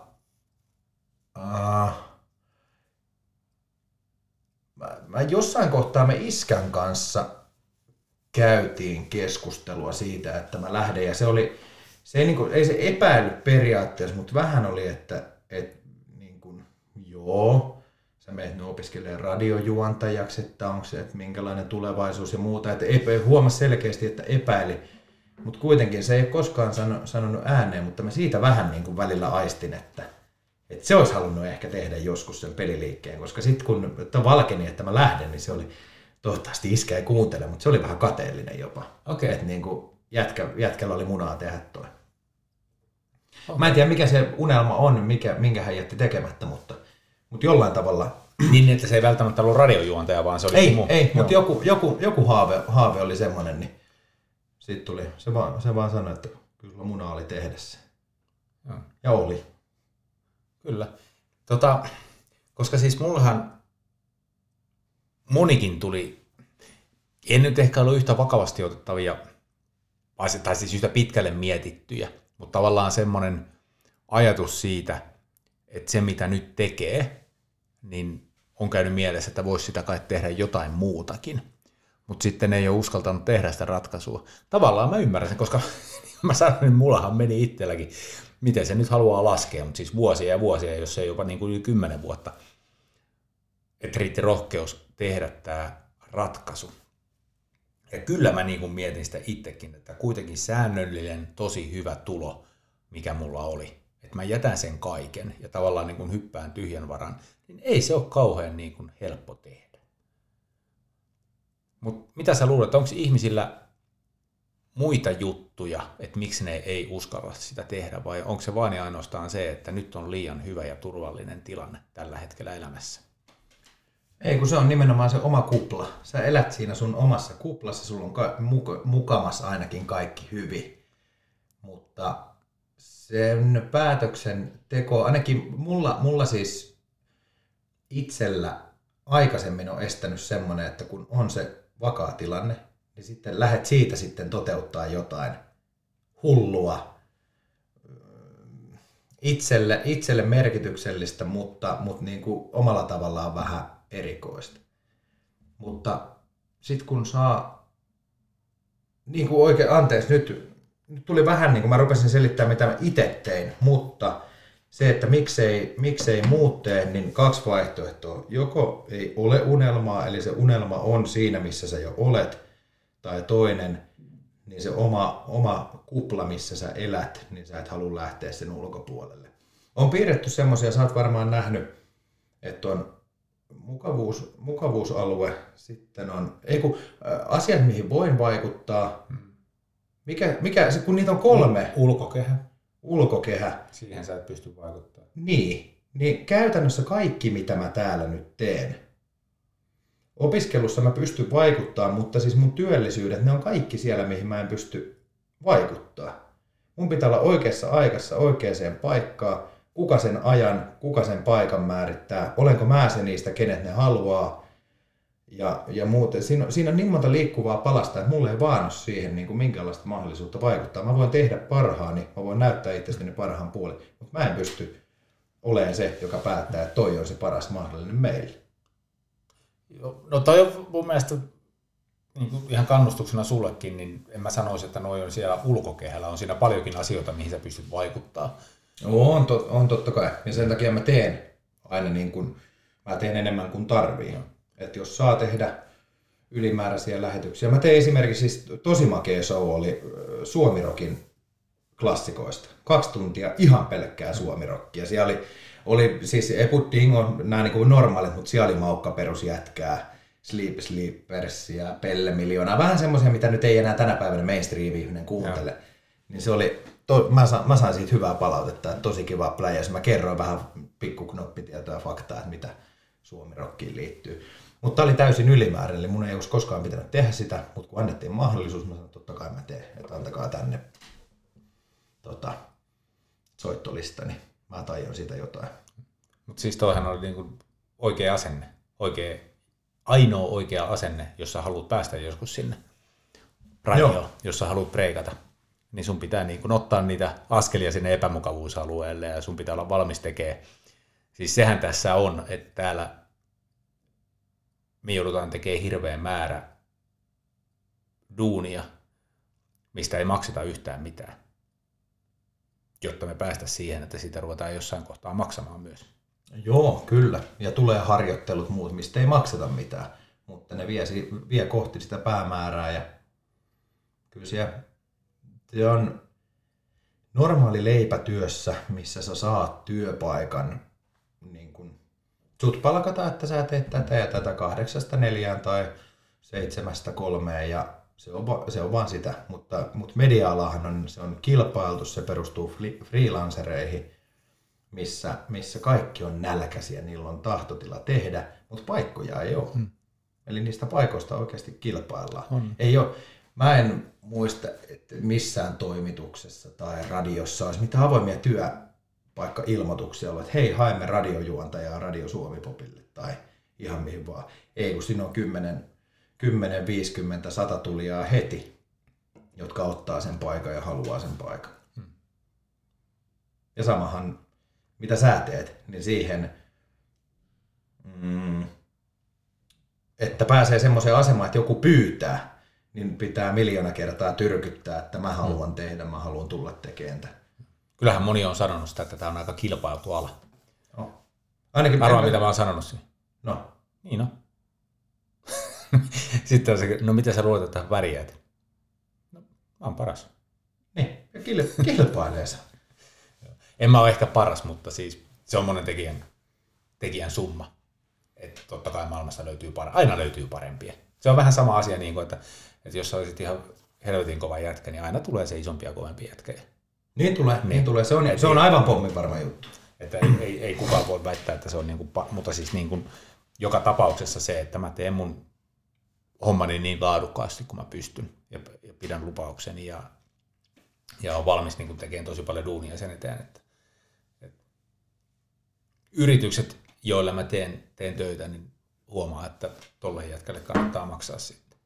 mä jossain kohtaa me iskän kanssa käytiin keskustelua siitä, että mä lähden. Ja ei se epäily periaatteessa, mutta vähän oli, että niin kuin, joo, sä menet nyt opiskelemaan radiojuontajaksi, että onko se, että minkälainen tulevaisuus ja muuta. Että huomasi selkeästi, että epäili, mutta kuitenkin se ei ole koskaan sanonut ääneen, mutta mä siitä vähän niin kuin välillä aistin, että se olisi halunnut ehkä tehdä joskus sen peliliikkeen, koska sitten kun valkeni, että mä lähden, niin se oli, toivottavasti iskä ei kuuntele, mutta se oli vähän kateellinen jopa. Okay. Että niin kuin jätkällä oli munaa tehdä toi. Okay. Mä en tiedä mikä se unelma on, minkä hän jätti tekemättä, mutta jollain tavalla... Niin, että se ei välttämättä ollut radiojuontaja, vaan se oli muu. Ei, mutta joku haave oli semmoinen, niin siitä tuli, se vaan sanoi, että kyllä muna oli tehdä se. Ja oli. Kyllä. Koska siis mullahan monikin tuli, en nyt ehkä ollut yhtä vakavasti otettavia, tai siis yhtä pitkälle mietittyjä, mutta tavallaan semmoinen ajatus siitä, että se mitä nyt tekee, niin on käynyt mielessä, että voisi sitä kai tehdä jotain muutakin. Mutta sitten ei ole uskaltanut tehdä sitä ratkaisua. Tavallaan mä ymmärrän sen, koska mä sanoin, että mullahan meni itselläkin, miten se nyt haluaa laskea, mutta siis vuosia ja vuosia, jos ei jopa niin kuin yli 10 vuotta, että riitti rohkeus tehdä tämä ratkaisu. Ja kyllä mä niin kuin mietin sitä itsekin, että kuitenkin säännöllinen, tosi hyvä tulo, mikä mulla oli. Että mä jätän sen kaiken ja tavallaan niin kuin hyppään tyhjän varan, niin ei se ole kauhean niin kuin helppo tehdä. Mutta mitä sä luulet, onko ihmisillä muita juttuja, että miksi ne ei uskalla sitä tehdä, vai onko se vain ja ainoastaan se, että nyt on liian hyvä ja turvallinen tilanne tällä hetkellä elämässä? Ei, kun se on nimenomaan se oma kupla. Sä elät siinä sun omassa kuplassa, sulla on mukamassa ainakin kaikki hyvin. Mutta sen päätöksenteko, ainakin mulla siis itsellä aikaisemmin on estänyt semmoinen, että kun on se vakaa tilanne, niin sitten lähdet siitä sitten toteuttaa jotain hullua, itselle merkityksellistä, mutta niin kuin omalla tavallaan vähän erikoista. Mutta sitten kun saa, niin kuin oikein, anteeksi, nyt tuli vähän niin kuin mä rupesin selittämään mitä mä itse tein, mutta se, että miksei muut tee, niin 2 vaihtoehtoa. Joko ei ole unelmaa, eli se unelma on siinä, missä sä jo olet, tai toinen, niin se oma kupla, missä sä elät, niin sä et halua lähteä sen ulkopuolelle. On piirretty semmoisia, sä oot varmaan nähnyt, että on mukavuusalue, sitten on asiat, mihin voin vaikuttaa. Mikä kun niitä on 3. Ulkokehä. Siihen sä et pysty vaikuttamaan. Niin käytännössä kaikki, mitä mä täällä nyt teen. Opiskelussa mä pystyn vaikuttamaan, mutta siis mun työllisyydet, ne on kaikki siellä, mihin mä en pysty vaikuttaa. Mun pitää olla oikeassa aikassa, oikeaan paikkaan. Kuka sen ajan, kuka sen paikan määrittää, olenko mä se niistä, kenet ne haluaa. ja muuten. Siinä on niin monta liikkuvaa palasta, että mulla ei vaan ole siihen niin kuin minkäänlaista mahdollisuutta vaikuttaa. Mä voin tehdä parhaani, mä voin näyttää itsestäni parhaan puoli, mutta mä en pysty olemaan se, joka päättää, että toi on se paras mahdollinen meille. No toi on mun mielestä niin kuin ihan kannustuksena sullekin, niin en mä sanoisi, että noi on siellä ulkokehällä. On siinä paljonkin asioita, mihin sä pystyt vaikuttaa. On totta kai. Ja sen takia mä teen aina niin kuin, mä teen enemmän kuin tarvii. Että jos saa tehdä ylimääräisiä lähetyksiä. Mä tein esimerkiksi, siis tosi makea show oli Suomirokin klassikoista. 2 tuntia ihan pelkkää suomirokkia. Siellä oli siis Eput Dingo, nämä niin kuin normaalit, mutta siellä oli Maukka perusjätkää, Sleep Sleepersia, Pelle Miljoonaa. Vähän semmoisia, mitä nyt ei enää tänä päivänä mainstream-ihminen kuuntele. Ja. Niin se oli, mä sain siitä hyvää palautetta, tosi kiva pläjäys. Mä kerroin vähän pikkuknoppitietoa ja faktaa, että mitä Suomirokkiin liittyy. Mutta oli täysin ylimääräinen, eli mun ei olisi koskaan pitänyt tehdä sitä, mutta kun annettiin mahdollisuus, mä sanoin, totta kai mä teen, että antakaa tänne soittolista, niin mä tajun siitä jotain. Mutta siis toihan oli niinku oikea asenne, ainoa oikea asenne, jos sä haluat päästä joskus sinne radioon, jos sä haluat breikata. Niin sun pitää niinku ottaa niitä askelia sinne epämukavuusalueelle ja sun pitää olla valmis tekemään. Siis sehän tässä on, että täällä me joudutaan tekemään hirveä määrä duunia, mistä ei makseta yhtään mitään, jotta me päästä siihen, että siitä ruvetaan jossain kohtaa maksamaan myös. Joo, kyllä. Ja tulee harjoittelut muut, mistä ei makseta mitään, mutta ne vie kohti sitä päämäärää. Ja kyllä se on normaali leipätyössä, missä sä saat työpaikan, niin kun sut palkataan, että sä teet tätä ja tätä 8–4 tai 7–3 ja se on vaan sitä, mutta media-alahan se on kilpailtu, se perustuu freelancereihin, missä kaikki on nälkäisiä, niillä on tahtotila tehdä, mutta paikkoja ei ole. Eli niistä paikoista oikeasti kilpaillaan. Ei ole, mä en muista, että missään toimituksessa tai radiossa olisi mitään avoimia työpaikka-ilmoituksia ollut, että hei, haemme radiojuontajaa Radio Suomi-popille tai ihan mihin vaan. Ei, kun siinä on 10, 50, 100 tulijaa heti, jotka ottaa sen paikan ja haluaa sen paikan. Ja samahan, mitä sä teet, niin siihen, että pääsee semmoiseen asemaan, että joku pyytää, niin pitää 1 000 000 kertaa tyrkyttää, että mä haluan tehdä, mä haluan tulla tekemään. Kyllähän moni on sanonut sitä, että tämä on aika kilpailtu ala. No. Arvaa, mitä mä oon sanonut siinä. No. Niin no. Sitten on se, no mitä sä luotat tähän värjäät? No, mä oon paras. Niin, ja kilpailee se. En mä ole ehkä paras, mutta siis se on monen tekijän summa. Että totta kai maailmassa aina löytyy parempia. Se on vähän sama asia, niin kuin, että jos sä olisit ihan helvetin kova jätkä, niin aina tulee se isompi ja kovempi jätkä. Niin tulee. Se on aivan pomminvarma juttu. Että ei kukaan voi väittää, että se on niin kuin, mutta siis niin kuin, joka tapauksessa se, että mä teen mun hommani niin laadukkaasti kuin mä pystyn ja pidän lupaukseni ja on valmis niin kuin tekemään tosi paljon duunia sen eteen, että yritykset, joilla mä teen töitä, niin huomaa, että tolle jätkälle kannattaa maksaa sitten.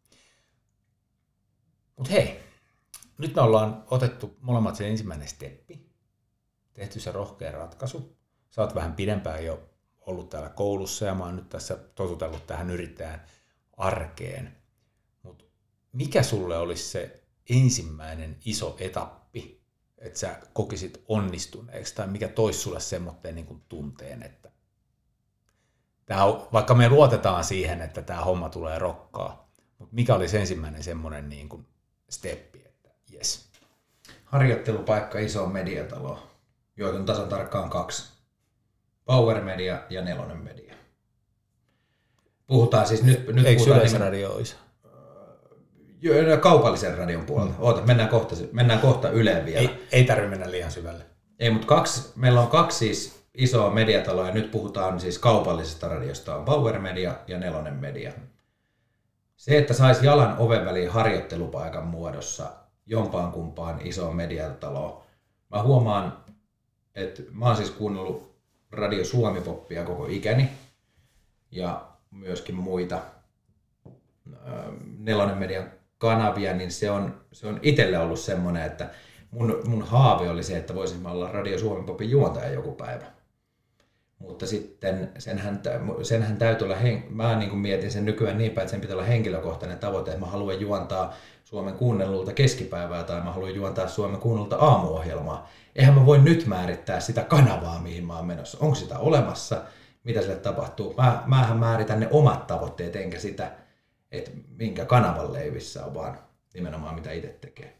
Mutta hei, nyt me ollaan otettu molemmat sen ensimmäinen steppi, tehty se rohkea ratkaisu. Sä oot vähän pidempään jo ollut täällä koulussa ja mä oon nyt tässä totutellut tähän yrittäjän arkeen. Mut mikä sulle olisi se ensimmäinen iso etappi, että sä kokisit onnistuneeksi, tai mikä toisi sulle semmoitteen niin kuin tunteen, että vaikka me luotetaan siihen, että tämä homma tulee rokkaa, mutta mikä olisi ensimmäinen semmoinen niin kuin steppi, että jes. Harjoittelupaikka isoon mediataloon, joita on tasan tarkkaan 2. Power Media ja 4 Media. Puhutaan siis nyt eikö Yleisradio olisi? Kaupallisen radion puolelta. Oota, mennään kohta Yleen vielä. Ei tarvitse mennä liian syvälle. Ei, mutta meillä on 2 siis isoa mediataloa ja nyt puhutaan siis kaupallisesta radiosta. On Power Media ja 4 Media. Se, että saisi jalan oven väliin harjoittelupaikan muodossa jompaan kumpaan isoon mediataloon. Mä huomaan, että mä oon siis kuunnellut Radio Suomi-poppia koko ikäni. Ja myöskin muita Nelonen Median kanavia, niin se on itselle ollut semmoinen, että mun haave oli se, että voisin olla Radio Suomen Popin juontaja joku päivä. Mutta sitten senhän täytyy olla, mä niin kuin mietin sen nykyään niin päin, että sen pitää olla henkilökohtainen tavoite, että mä haluan juontaa Suomen Kuunnellulta keskipäivää tai mä haluan juontaa Suomen Kuunnellulta aamuohjelmaa. Eihän mä voi nyt määrittää sitä kanavaa, mihin mä oon menossa. Onko sitä olemassa? Mitä sille tapahtuu? Mähän määritän ne omat tavoitteet, enkä sitä, että minkä kanavan leivissä on, vaan nimenomaan mitä itse tekee.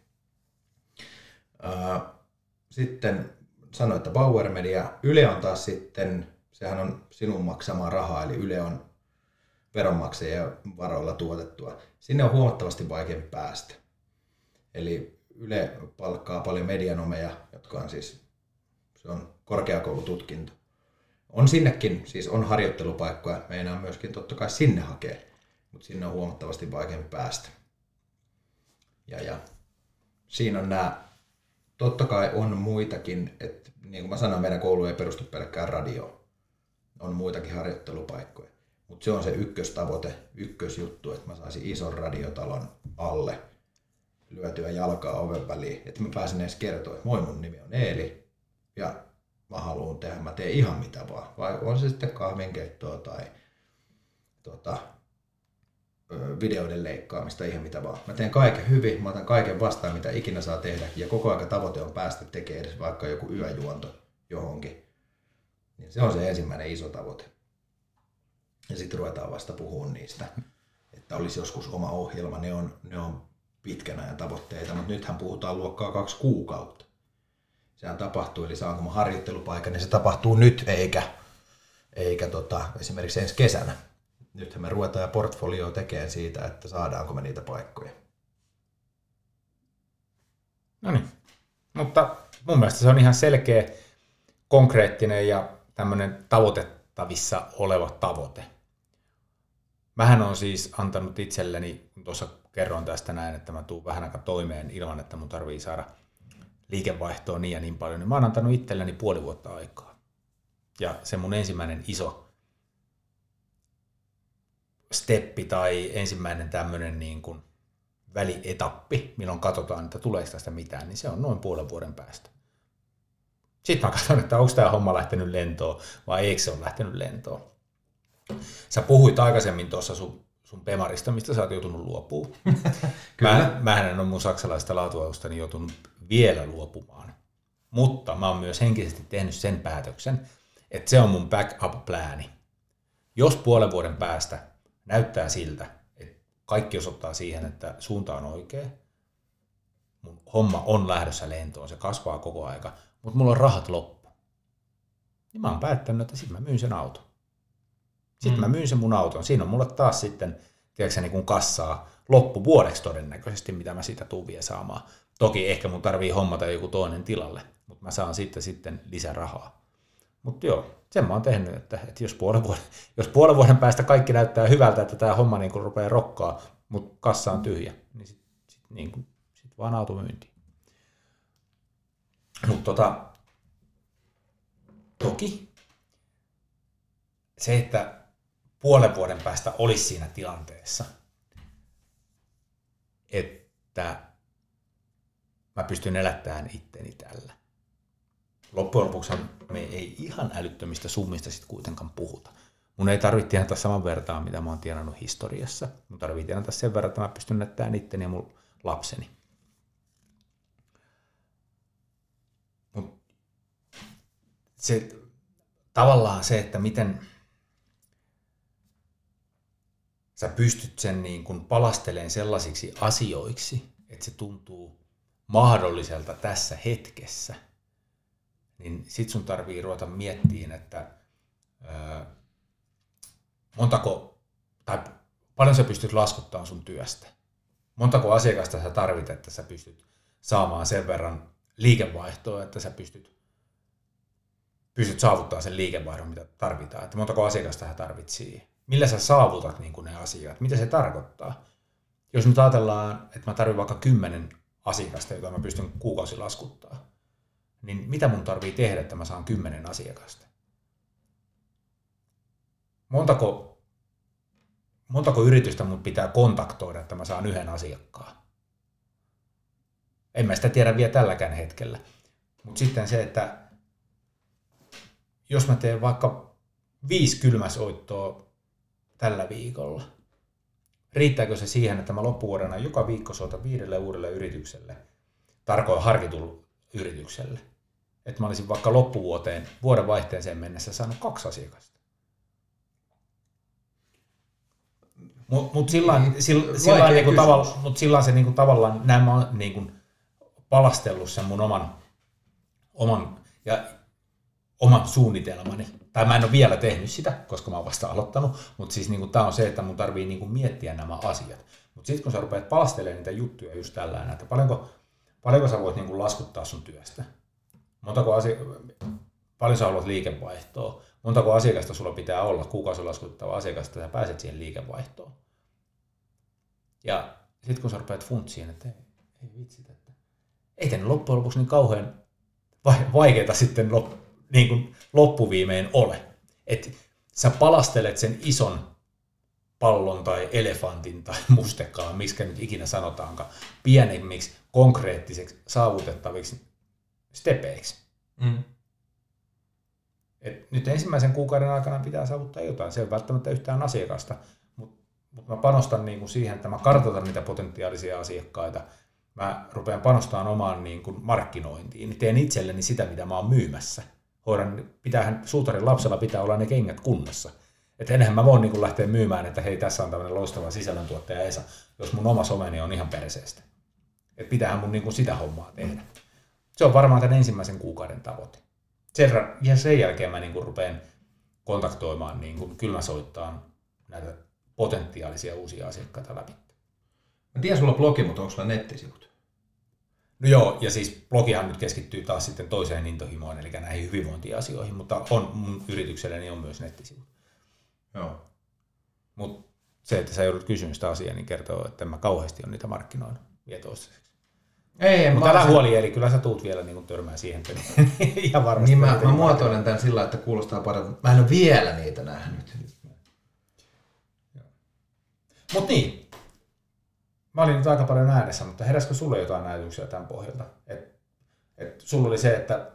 Sitten sanoin, että Bauer Media. Yle on taas sitten, sehän on sinun maksamaa rahaa, eli Yle on veronmaksajien varoilla tuotettua. Sinne on huomattavasti vaikeampi päästä. Eli Yle palkkaa paljon medianomeja, jotka on siis, se on korkeakoulututkinto. On sinnekin, siis on harjoittelupaikkoja, meinaa myöskin totta kai sinne hakea, mutta sinne on huomattavasti vaikeampi päästä. Ja siinä on nämä, totta kai on muitakin, että niin kuin mä sanoin, meidän koulu ei perustu pelkkään radioon. On muitakin harjoittelupaikkoja, mutta se on se ykköstavoite, ykkösjuttu, että mä saisin ison radiotalon alle lyötyä jalkaa oven väliin, että mä pääsen edes kertoa, että moi, mun nimi on Eeli ja mä teen ihan mitä vaan, vai on se sitten kahvinkeittoa tai videoiden leikkaamista, ihan mitä vaan. Mä teen kaiken hyvin, mä otan kaiken vastaan, mitä ikinä saa tehdä, ja koko ajan tavoite on päästä tekemään edes vaikka joku yöjuonto johonkin. Niin se on se ensimmäinen iso tavoite. Ja sitten ruvetaan vasta puhumaan niistä, että olisi joskus oma ohjelma, ne on pitkän ajan tavoitteita, mutta nythän puhutaan luokkaa 2 kuukautta. Sehän tapahtuu, eli saanko mä harjoittelupaikan, niin se tapahtuu nyt, eikä esimerkiksi ensi kesänä. Nythän me ruvetaan portfolioa tekemään siitä, että saadaanko me niitä paikkoja. No niin, mutta mun mielestä se on ihan selkeä, konkreettinen ja tämmöinen tavoitettavissa oleva tavoite. Mähän on siis antanut itselleni, kun tuossa kerron tästä näin, että mä tuun vähän aikaa toimeen ilman, että mun tarvii saada liikevaihtoa niin ja niin paljon, niin mä oon antanut itselleni 5 vuotta aikaa. Ja se mun ensimmäinen iso steppi tai ensimmäinen tämmöinen niin kuin välietappi, milloin katsotaan, että tuleeko tästä mitään, niin se on noin 5 vuoden päästä. Sitten mä katson, että onko tämä homma lähtenyt lentoon vai eikö se ole lähtenyt lentoon. Sä puhuit aikaisemmin tuossa sun Pemarista, mistä sä oot joutunut luopumaan. Mähän en ole mun saksalaista laatuajustani joutunut vielä luopumaan. Mutta mä oon myös henkisesti tehnyt sen päätöksen, että se on mun backup-plääni. Jos 5 vuoden päästä näyttää siltä, että kaikki osoittaa siihen, että suunta on oikea, mun homma on lähdössä lentoon, se kasvaa koko aika, mutta mulla on rahat loppu. Niin mä oon päättänyt, että sitten mä myyn sen auton. Sitten mä myyn sen mun auton. Siinä on mulle taas sitten, tiedätkö, niin kuin kassaa loppuvuodeksi todennäköisesti, mitä mä siitä tuun vielä saamaan. Toki ehkä mun tarvii hommata joku toinen tilalle, mutta mä saan sitten lisärahaa. Mutta joo, sen mä oon tehnyt, että jos 5 vuoden päästä kaikki näyttää hyvältä, että tämä homma niin kuin rupeaa rokkaa, mutta kassa on tyhjä, niin sit vaan auto myyntiin. Mutta toki se, että 5 vuoden päästä olisi siinä tilanteessa, että mä pystyn elättämään itteni tällä. Loppujen lopuksi me ei ihan älyttömistä summista sitten kuitenkaan puhuta. Mun ei tarvitse tienata saman vertaan, mitä mä oon tienannut historiassa. Mun tarvitsee tienata sen verran, että mä pystyn näyttämään itteni ja mun lapseni. Mut tavallaan se, että miten sä pystyt sen niin kun palastelemaan sellaisiksi asioiksi, että se tuntuu mahdolliselta tässä hetkessä, niin sit sun tarvii ruveta miettimään, että paljon sä pystyt laskuttamaan sun työstä. Montako asiakasta sä tarvit, että sä pystyt saamaan sen verran liikevaihtoa, että sä pystyt saavuttamaan sen liikevaihdon, mitä tarvitaan. Että montako asiakasta sä tarvit siihen. Millä sä saavutat niin kuin ne asiat? Mitä se tarkoittaa? Jos nyt ajatellaan, että mä tarvitsen vaikka 10 asiakasta, jota mä pystyn kuukausi laskuttaa, niin mitä mun tarvii tehdä, että mä saan 10 asiakasta? Montako montako yritystä mun pitää kontaktoida, että mä saan yhden asiakkaan. En mä sitä tiedä vielä tälläkään hetkellä. Mutta sitten se, että jos mä teen vaikka 5 kylmäsoittoa tällä viikolla, riittääkö se siihen, että mä loppuvuodena joka viikko soitan 5 uudelle yritykselle, tarkoin harkitulle yritykselle, että mä olisin vaikka loppuvuoteen, vuoden vaihteeseen mennessä saanut 2 asiakasta. Mutta sillä se niinku tavallaan näin mä oon niinku palastellut sen mun oman suunnitelmani. Tai mä en ole vielä tehnyt sitä, koska mä oon vasta aloittanut, mutta siis niinku tää on se, että mun tarvii niinku miettiä nämä asiat. Mutta sitten kun sä rupeat palastelemaan niitä juttuja just tällään, että paljonko sä voit niinku laskuttaa sun työstä, paljon sä haluat liikevaihtoa, montako asiakasta sulla pitää olla, kuukausilaskuttava asiakasta, että sä pääset siihen liikevaihtoon. Ja sitten kun sä rupeat funtsiin, että ei vitsit, että ei tänne loppujen lopuksi niin kauhean vaikeaa sitten niin kuin loppuviimein ole. Että sä palastelet sen ison pallon tai elefantin tai mustekaan, miksi nyt ikinä sanotaankaan, pienemmiksi, konkreettiseksi, saavutettaviksi stepeiksi. Et nyt ensimmäisen kuukauden aikana pitää saavuttaa jotain. Se ei ole välttämättä yhtään asiakasta, mutta mä panostan niinku siihen, että mä kartoitan niitä potentiaalisia asiakkaita. Mä rupean panostamaan omaan niinku markkinointiin. Niin teen itselleni sitä, mitä mä oon myymässä. Suutarin lapsella pitää olla ne kengät kunnossa. Että enhän mä voin niinku lähteä myymään, että hei, tässä on tämmöinen loistava sisällöntuottaja Esa, jos mun oma someni on ihan perseestä. Että pitäähän mun niinku sitä hommaa tehdä. Se on varmaan tämän ensimmäisen kuukauden tavoite. Ja sen jälkeen mä niinku rupean kontaktoimaan, niinku kylmäsoittaan näitä potentiaalisia uusia asiakkaita läpi. Mä tiedän, sulla on blogi, mutta onko sulla nettisivut? No joo, ja siis blogihan nyt keskittyy taas sitten toiseen intohimoon, eli näihin hyvinvointiasioihin, mutta mun yritykselleni on myös nettisivut. Joo. Mutta se, että sä joudut kysymään sitä asiaa, niin kertoo, että en mä kauheasti ole niitä markkinoinut vielä toistaiseksi. Mutta älä huoli, eli kyllä sä tuut vielä niin törmää siihen. Ihan varmasti. Niin mä muotoilen tämän sillä, että kuulostaa paljon. Mä en ole vielä niitä nähnyt. Mut niin. Mä olin nyt aika paljon äänessä, mutta heräskö sulle jotain ajatuksia tämän pohjalta? Et sulla oli se, että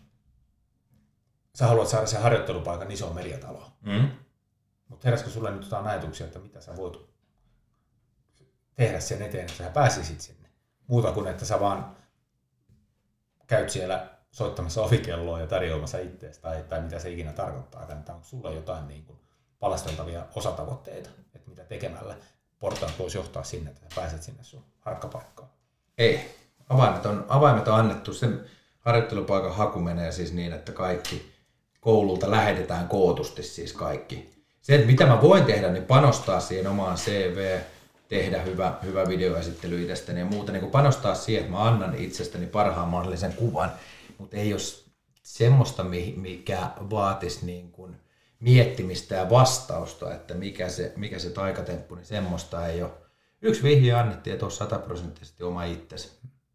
sä haluat saada sen harjoittelupaikan isoon mediataloon. Mutta heräskö sulle nyt jotain ajatuksia, että mitä sä voit tehdä sen eteen, että sä pääsisit sinne? Muuta kuin, että sä vaan käyt siellä soittamassa ovikelloa ja tarjoamassa itseäsi tai mitä se ikinä tarkoittaa. Että onko sulla jotain niin kuin palasteltavia osatavoitteita, että mitä tekemällä portaat voisi johtaa sinne, että sä pääset sinne sun harkkapaikkaan? Ei. Avaimet on annettu. Sen harjoittelupaikan haku menee siis niin, että kaikki koululta lähetetään kootusti siis kaikki. Se, että mitä mä voin tehdä, niin panostaa siihen omaan CV, tehdä hyvä videoesittely itsestäni ja muuta, niin kun panostaa siihen, että mä annan itsestäni parhaan mahdollisen kuvan, mutta ei ole semmoista, mikä vaatisi niin kuin miettimistä ja vastausta, että mikä se taikatemppu, niin semmoista ei ole. Yksi vihje annettiin, että ole 100% oma itsesi.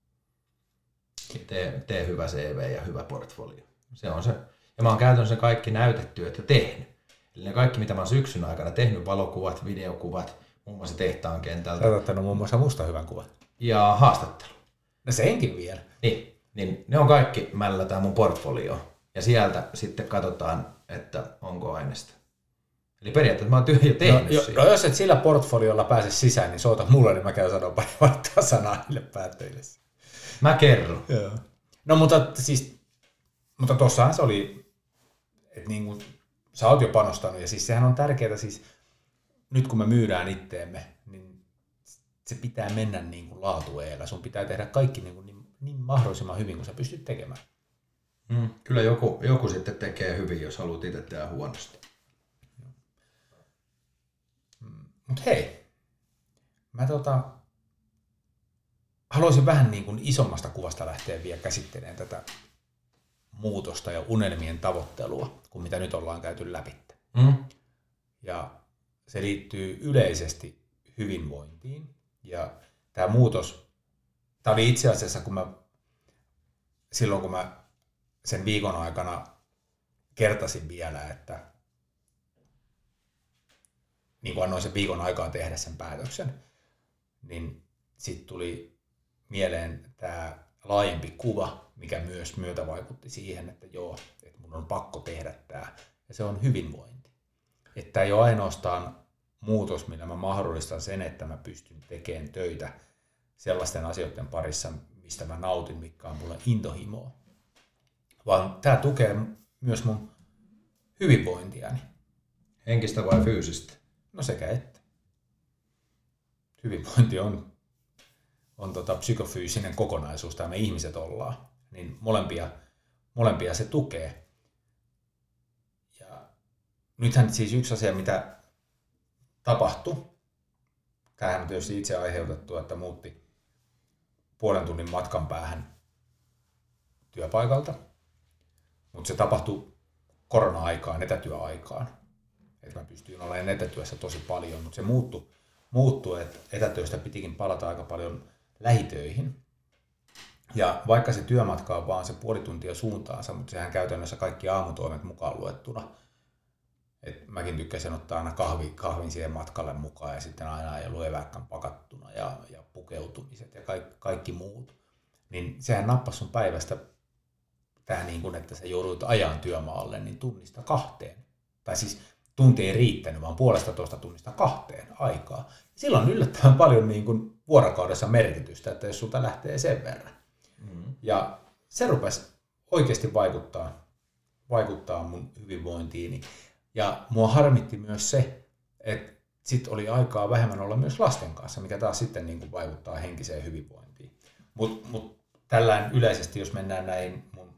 Tee hyvä CV ja hyvä portfolio. Se on se. Ja mä oon käytännössä kaikki näytetyöt jo tehnyt. Eli ne kaikki, mitä mä oon syksyn aikana tehnyt, valokuvat, videokuvat, muun muassa tehtaan kentältä. Sä oot ottanut muun muassa musta hyvän kuvan. Ja haastattelu. No senkin vielä. Niin ne on kaikki mällätään mun portfolio. Ja sieltä sitten katsotaan, että onko aineesta. Eli periaatteessa mä oon jo tehnyt no jos et sillä portfoliolla pääse sisään, niin soita mulle, niin mä käyn sanoa pari vaihtaa sanaa niille päättäjille. Mä kerron. Joo. No mutta tossahan se oli, että niin kuin sä oot jo panostanut ja siis sehän on tärkeää siis nyt kun me myydään itteemme, niin se pitää mennä niin kuin laatueellä. Sun pitää tehdä kaikki niin mahdollisimman hyvin kuin sä pystyt tekemään. Kyllä joku sitten tekee hyvin, jos haluat itse tehdä huonosti. Mutta hei, mä haluaisin vähän niin kuin isommasta kuvasta lähteä vielä käsittelemään tätä muutosta ja unelmien tavoittelua, kuin mitä nyt ollaan käyty läpi. Ja se liittyy yleisesti hyvinvointiin. Ja tämä muutos, tämä oli itse asiassa, silloin kun mä sen viikon aikana kertasin vielä, että niin kuin annoin sen viikon aikaa tehdä sen päätöksen, niin sitten tuli mieleen tämä laajempi kuva, mikä myös myötävaikutti siihen, että joo, että mun on pakko tehdä tämä, ja se on hyvinvointi. Että ei ole ainoastaan muutos, millä mä mahdollistan sen, että mä pystyn tekemään töitä sellaisten asioiden parissa, mistä mä nautin, mikä on mulle intohimoa, vaan tämä tukee myös mun hyvinvointiani. Henkistä vai fyysistä? No sekä että. Hyvinvointi on psykofyysinen kokonaisuus, tai me ihmiset ollaan, niin molempia se tukee. Ja nythän siis yksi asia, mitä tapahtui, tämähän on tietysti itse aiheutettu, että muutti puolen tunnin matkan päähän työpaikalta, mutta se tapahtui korona-aikaan, etätyöaikaan. Että mä pystyin olemaan etätyössä tosi paljon, mutta se muuttui, että etätyöstä pitikin palata aika paljon lähitöihin. Ja vaikka se työmatka on vaan se puoli tuntia suuntaansa, mutta sehän käytännössä kaikki aamutoimet mukaan luettuna. Et mäkin tykkäsin ottaa aina kahvin siihen matkalle mukaan ja sitten aina ei ollut eväkkän pakattuna ja pukeutumiset ja kaikki muut. Niin sehän nappasi sun päivästä tää niin kuin, että sä jouduit ajan työmaalle niin tunnista 2. Tai siis tunti ei riittänyt, vaan 1,5 tunnista 2 aikaa. Silloin on yllättävän paljon niin kuin vuorokaudessa merkitystä, että jos sulta lähtee sen verran. Ja se rupesi oikeasti vaikuttaa mun hyvinvointiini. Ja mua harmitti myös se, että sit oli aikaa vähemmän olla myös lasten kanssa, mikä taas sitten niin kuin vaikuttaa henkiseen hyvinvointiin. Mut tällään yleisesti, jos mennään näihin mun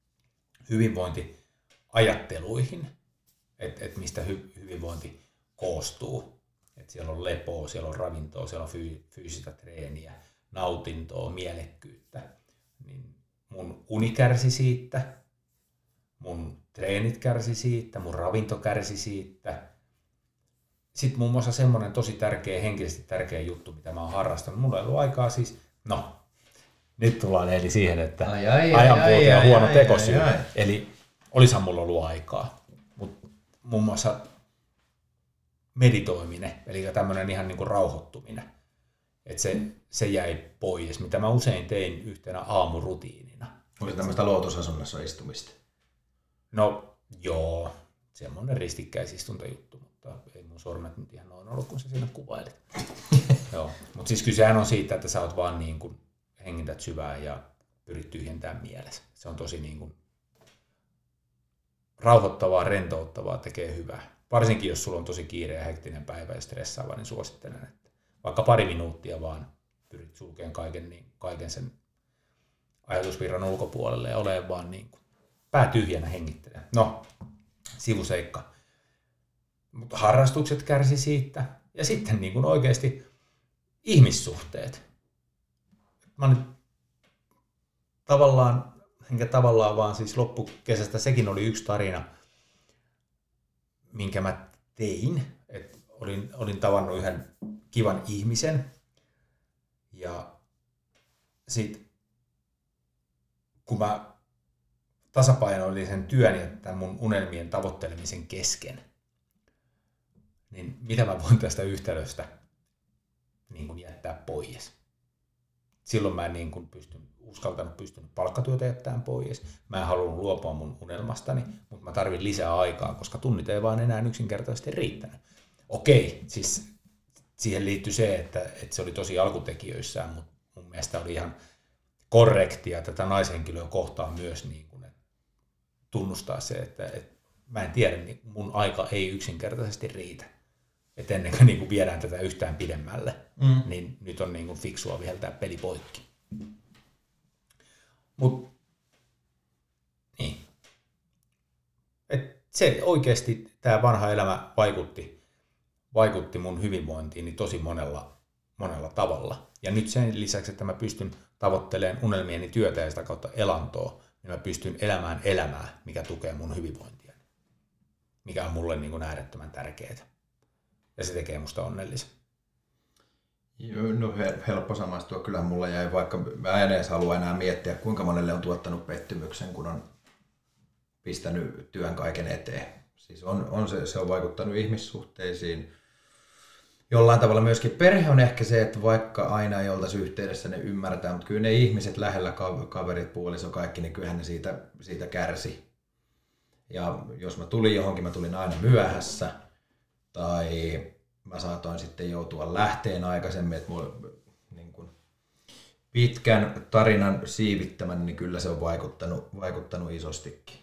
hyvinvointiajatteluihin, että mistä hyvinvointi koostuu. Että siellä on lepoa, siellä on ravintoa, siellä on fyysistä treeniä, nautintoa, mielekkyyttä. Niin mun uni kärsi siitä, mun treenit kärsi siitä, mun ravinto kärsi siitä. Sitten muun muassa semmoinen tosi tärkeä, henkisesti tärkeä juttu, mitä mä oon harrastanut. Mulla ei ollut aikaa siis, nyt tullaan eli siihen, että ajanpuute ja huono tekosyy. Eli olisihan mulla ollut aikaa. Mutta muun muassa meditoiminen, eli tämmöinen ihan niin kuin rauhoittuminen, että se jäi pois, mitä mä usein tein yhtenä aamurutiinina. Oli tämmöistä lootusasunnossa istumista? No joo, semmoinen ristikkäisistuntajuttu, mutta ei mun sormet nyt ihan noin ollut, kun sä siinä kuvailit. Joo, mutta siis kysehän on siitä, että sä oot vaan niin kuin hengität syvään ja pyrit tyhjentämään mielessä. Se on tosi niin kuin rauhoittavaa, rentouttavaa, tekee hyvää. Varsinkin jos sulla on tosi kiire ja hektinen päivä ja stressaava, niin suosittelen, että vaikka 2 minuuttia vaan pyrit sulkemaan kaiken sen ajatusvirran ulkopuolelle ja olemaan vaan niin kuin pää tyhjänä hengittelen. No, sivuseikka. Mutta harrastukset kärsi siitä. Ja sitten niin kuin oikeasti ihmissuhteet. Mä nyt tavallaan vaan siis loppukesästä sekin oli yksi tarina, minkä mä tein. Et olin tavannut yhden kivan ihmisen ja sit kun mä tasapainoilin sen työn ja tämän mun unelmien tavoittelemisen kesken, niin mitä mä voin tästä yhtälöstä niin kuin jättää pois. Silloin mä en niin kuin pystynyt palkkatyötä jättämään pois. Mä en halunnut luopua mun unelmastani, mutta mä tarvin lisää aikaa, koska tunnit ei vaan enää yksinkertaisesti riittänyt. Okei, siis siihen liittyy se, että se oli tosi alkutekijöissään, mutta mun mielestä oli ihan korrektia tätä naishenkilöä kohtaan myös niin kuin, että tunnustaa se, että mä en tiedä, niin mun aika ei yksinkertaisesti riitä. Että ennen kuin niin viedään tätä yhtään pidemmälle, niin nyt on niin kuin fiksua viheltää peli poikki. Mut niin. Et se oikeasti tämä vanha elämä vaikutti mun hyvinvointiini tosi monella tavalla. Ja nyt sen lisäksi, että mä pystyn tavoittelemaan unelmieni työtä ja sitä kautta elantoa, niin mä pystyn elämään elämää, mikä tukee mun hyvinvointia. Mikä on mulle niin kuin äärettömän tärkeää. Ja se tekee musta onnellisen. No helppo samastua. Kyllä mulla jäi, vaikka mä en edes halua enää miettiä, kuinka monelle on tuottanut pettymyksen, kun on pistänyt työn kaiken eteen. Siis se on vaikuttanut ihmissuhteisiin, jollain tavalla myöskin perhe on ehkä se, että vaikka aina ei oltaisi yhteydessä, ne ymmärtää, mutta kyllä ne ihmiset lähellä, kaverit, puoliso, kaikki, niin kyllähän ne siitä kärsi. Ja jos mä tulin johonkin, mä tulin aina myöhässä, tai mä saatoin sitten joutua lähteen aikaisemmin, että mulla, niin kun pitkän tarinan siivittämän, niin kyllä se on vaikuttanut isostikin.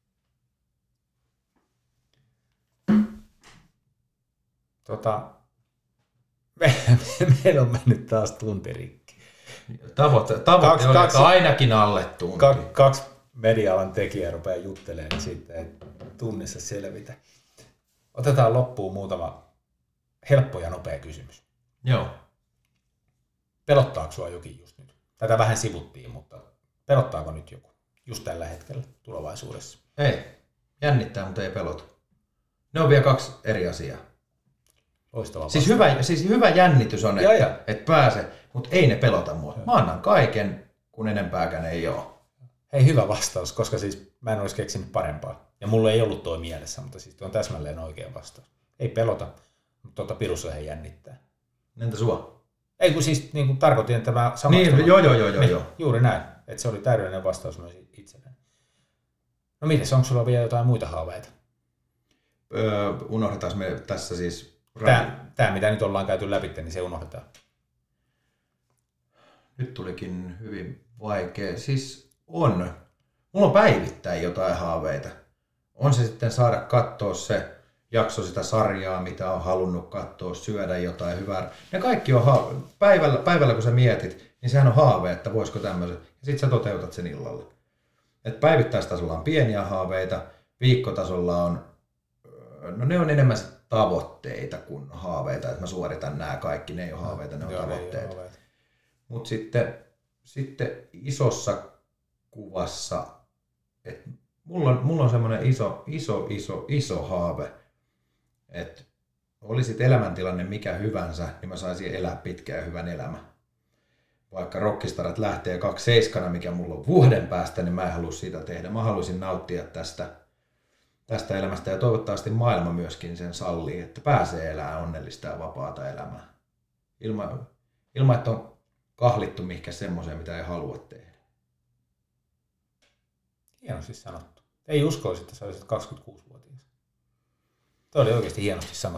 Meillä on mennyt taas tunti rikki. Tavoite on, että ainakin alle tunti. Kaksi media-alan tekijää rupeaa juttelemaan, niin sitten ei tunnissa selvitä. Otetaan loppuun muutama helppo ja nopea kysymys. Joo. Pelottaako sua jokin just nyt? Tätä vähän sivuttiin, mutta pelottaako nyt joku just tällä hetkellä tulevaisuudessa? Ei. Jännittää, mutta ei pelota. Ne on vielä kaksi eri asiaa. Loistava siis hyvä jännitys on, että pääse, mutta ei ne pelota mua. Mä annan kaiken, kun enempääkään ei ole. Hei, hyvä vastaus, koska siis mä en olisi keksinyt parempaa. Ja mulla ei ollut toi mielessä, mutta siis tuo on täsmälleen oikea vastaus. Ei pelota, mutta pirussa he jännittää. Entä sua? Ei kun siis niin kuin tarkoitin, että mä samasta... Niin, joo. Juuri näin, että se oli täydellinen vastaus myös itselleen. No mites, onko sulla vielä jotain muita haaveita? Unohdetaan me tässä siis... Tämä, mitä nyt ollaan käyty läpi, niin se unohdetaan. Nyt tulikin hyvin vaikea. Siis on. Mulla on päivittäin jotain haaveita. On se sitten saada katsoa se jakso sitä sarjaa, mitä on halunnut katsoa, syödä jotain hyvää. Ne kaikki on päivällä kun sä mietit, niin sehän on haave, että voisiko tämmöisen. Ja sit sä toteutat sen illalla. Et päivittäistasolla on pieniä haaveita, viikkotasolla on, no ne on enemmän tavoitteita kuin haaveita, että mä suoritan nämä kaikki, ne ei ole haaveita, ne on tavoitteita. Mutta sitten isossa kuvassa, että mulla on semmoinen iso haave, että olisit elämäntilanne mikä hyvänsä, niin mä saisin elää pitkään ja hyvän elämän. Vaikka Rockistarat lähtee 27, mikä mulla on vuoden päästä, niin mä en halua siitä tehdä. Mä haluaisin nauttia tästä elämästä ja toivottavasti maailma myöskin sen sallii, että pääsee elämään onnellista ja vapaata elämää. Ilman että on kahlittu mihinkä semmoiseen, mitä ei halua tehdä. Hienosti sanottu. Ei uskoisi, että sä olisit 26-vuotias. Tuo oli oikeasti hienosti sanottu.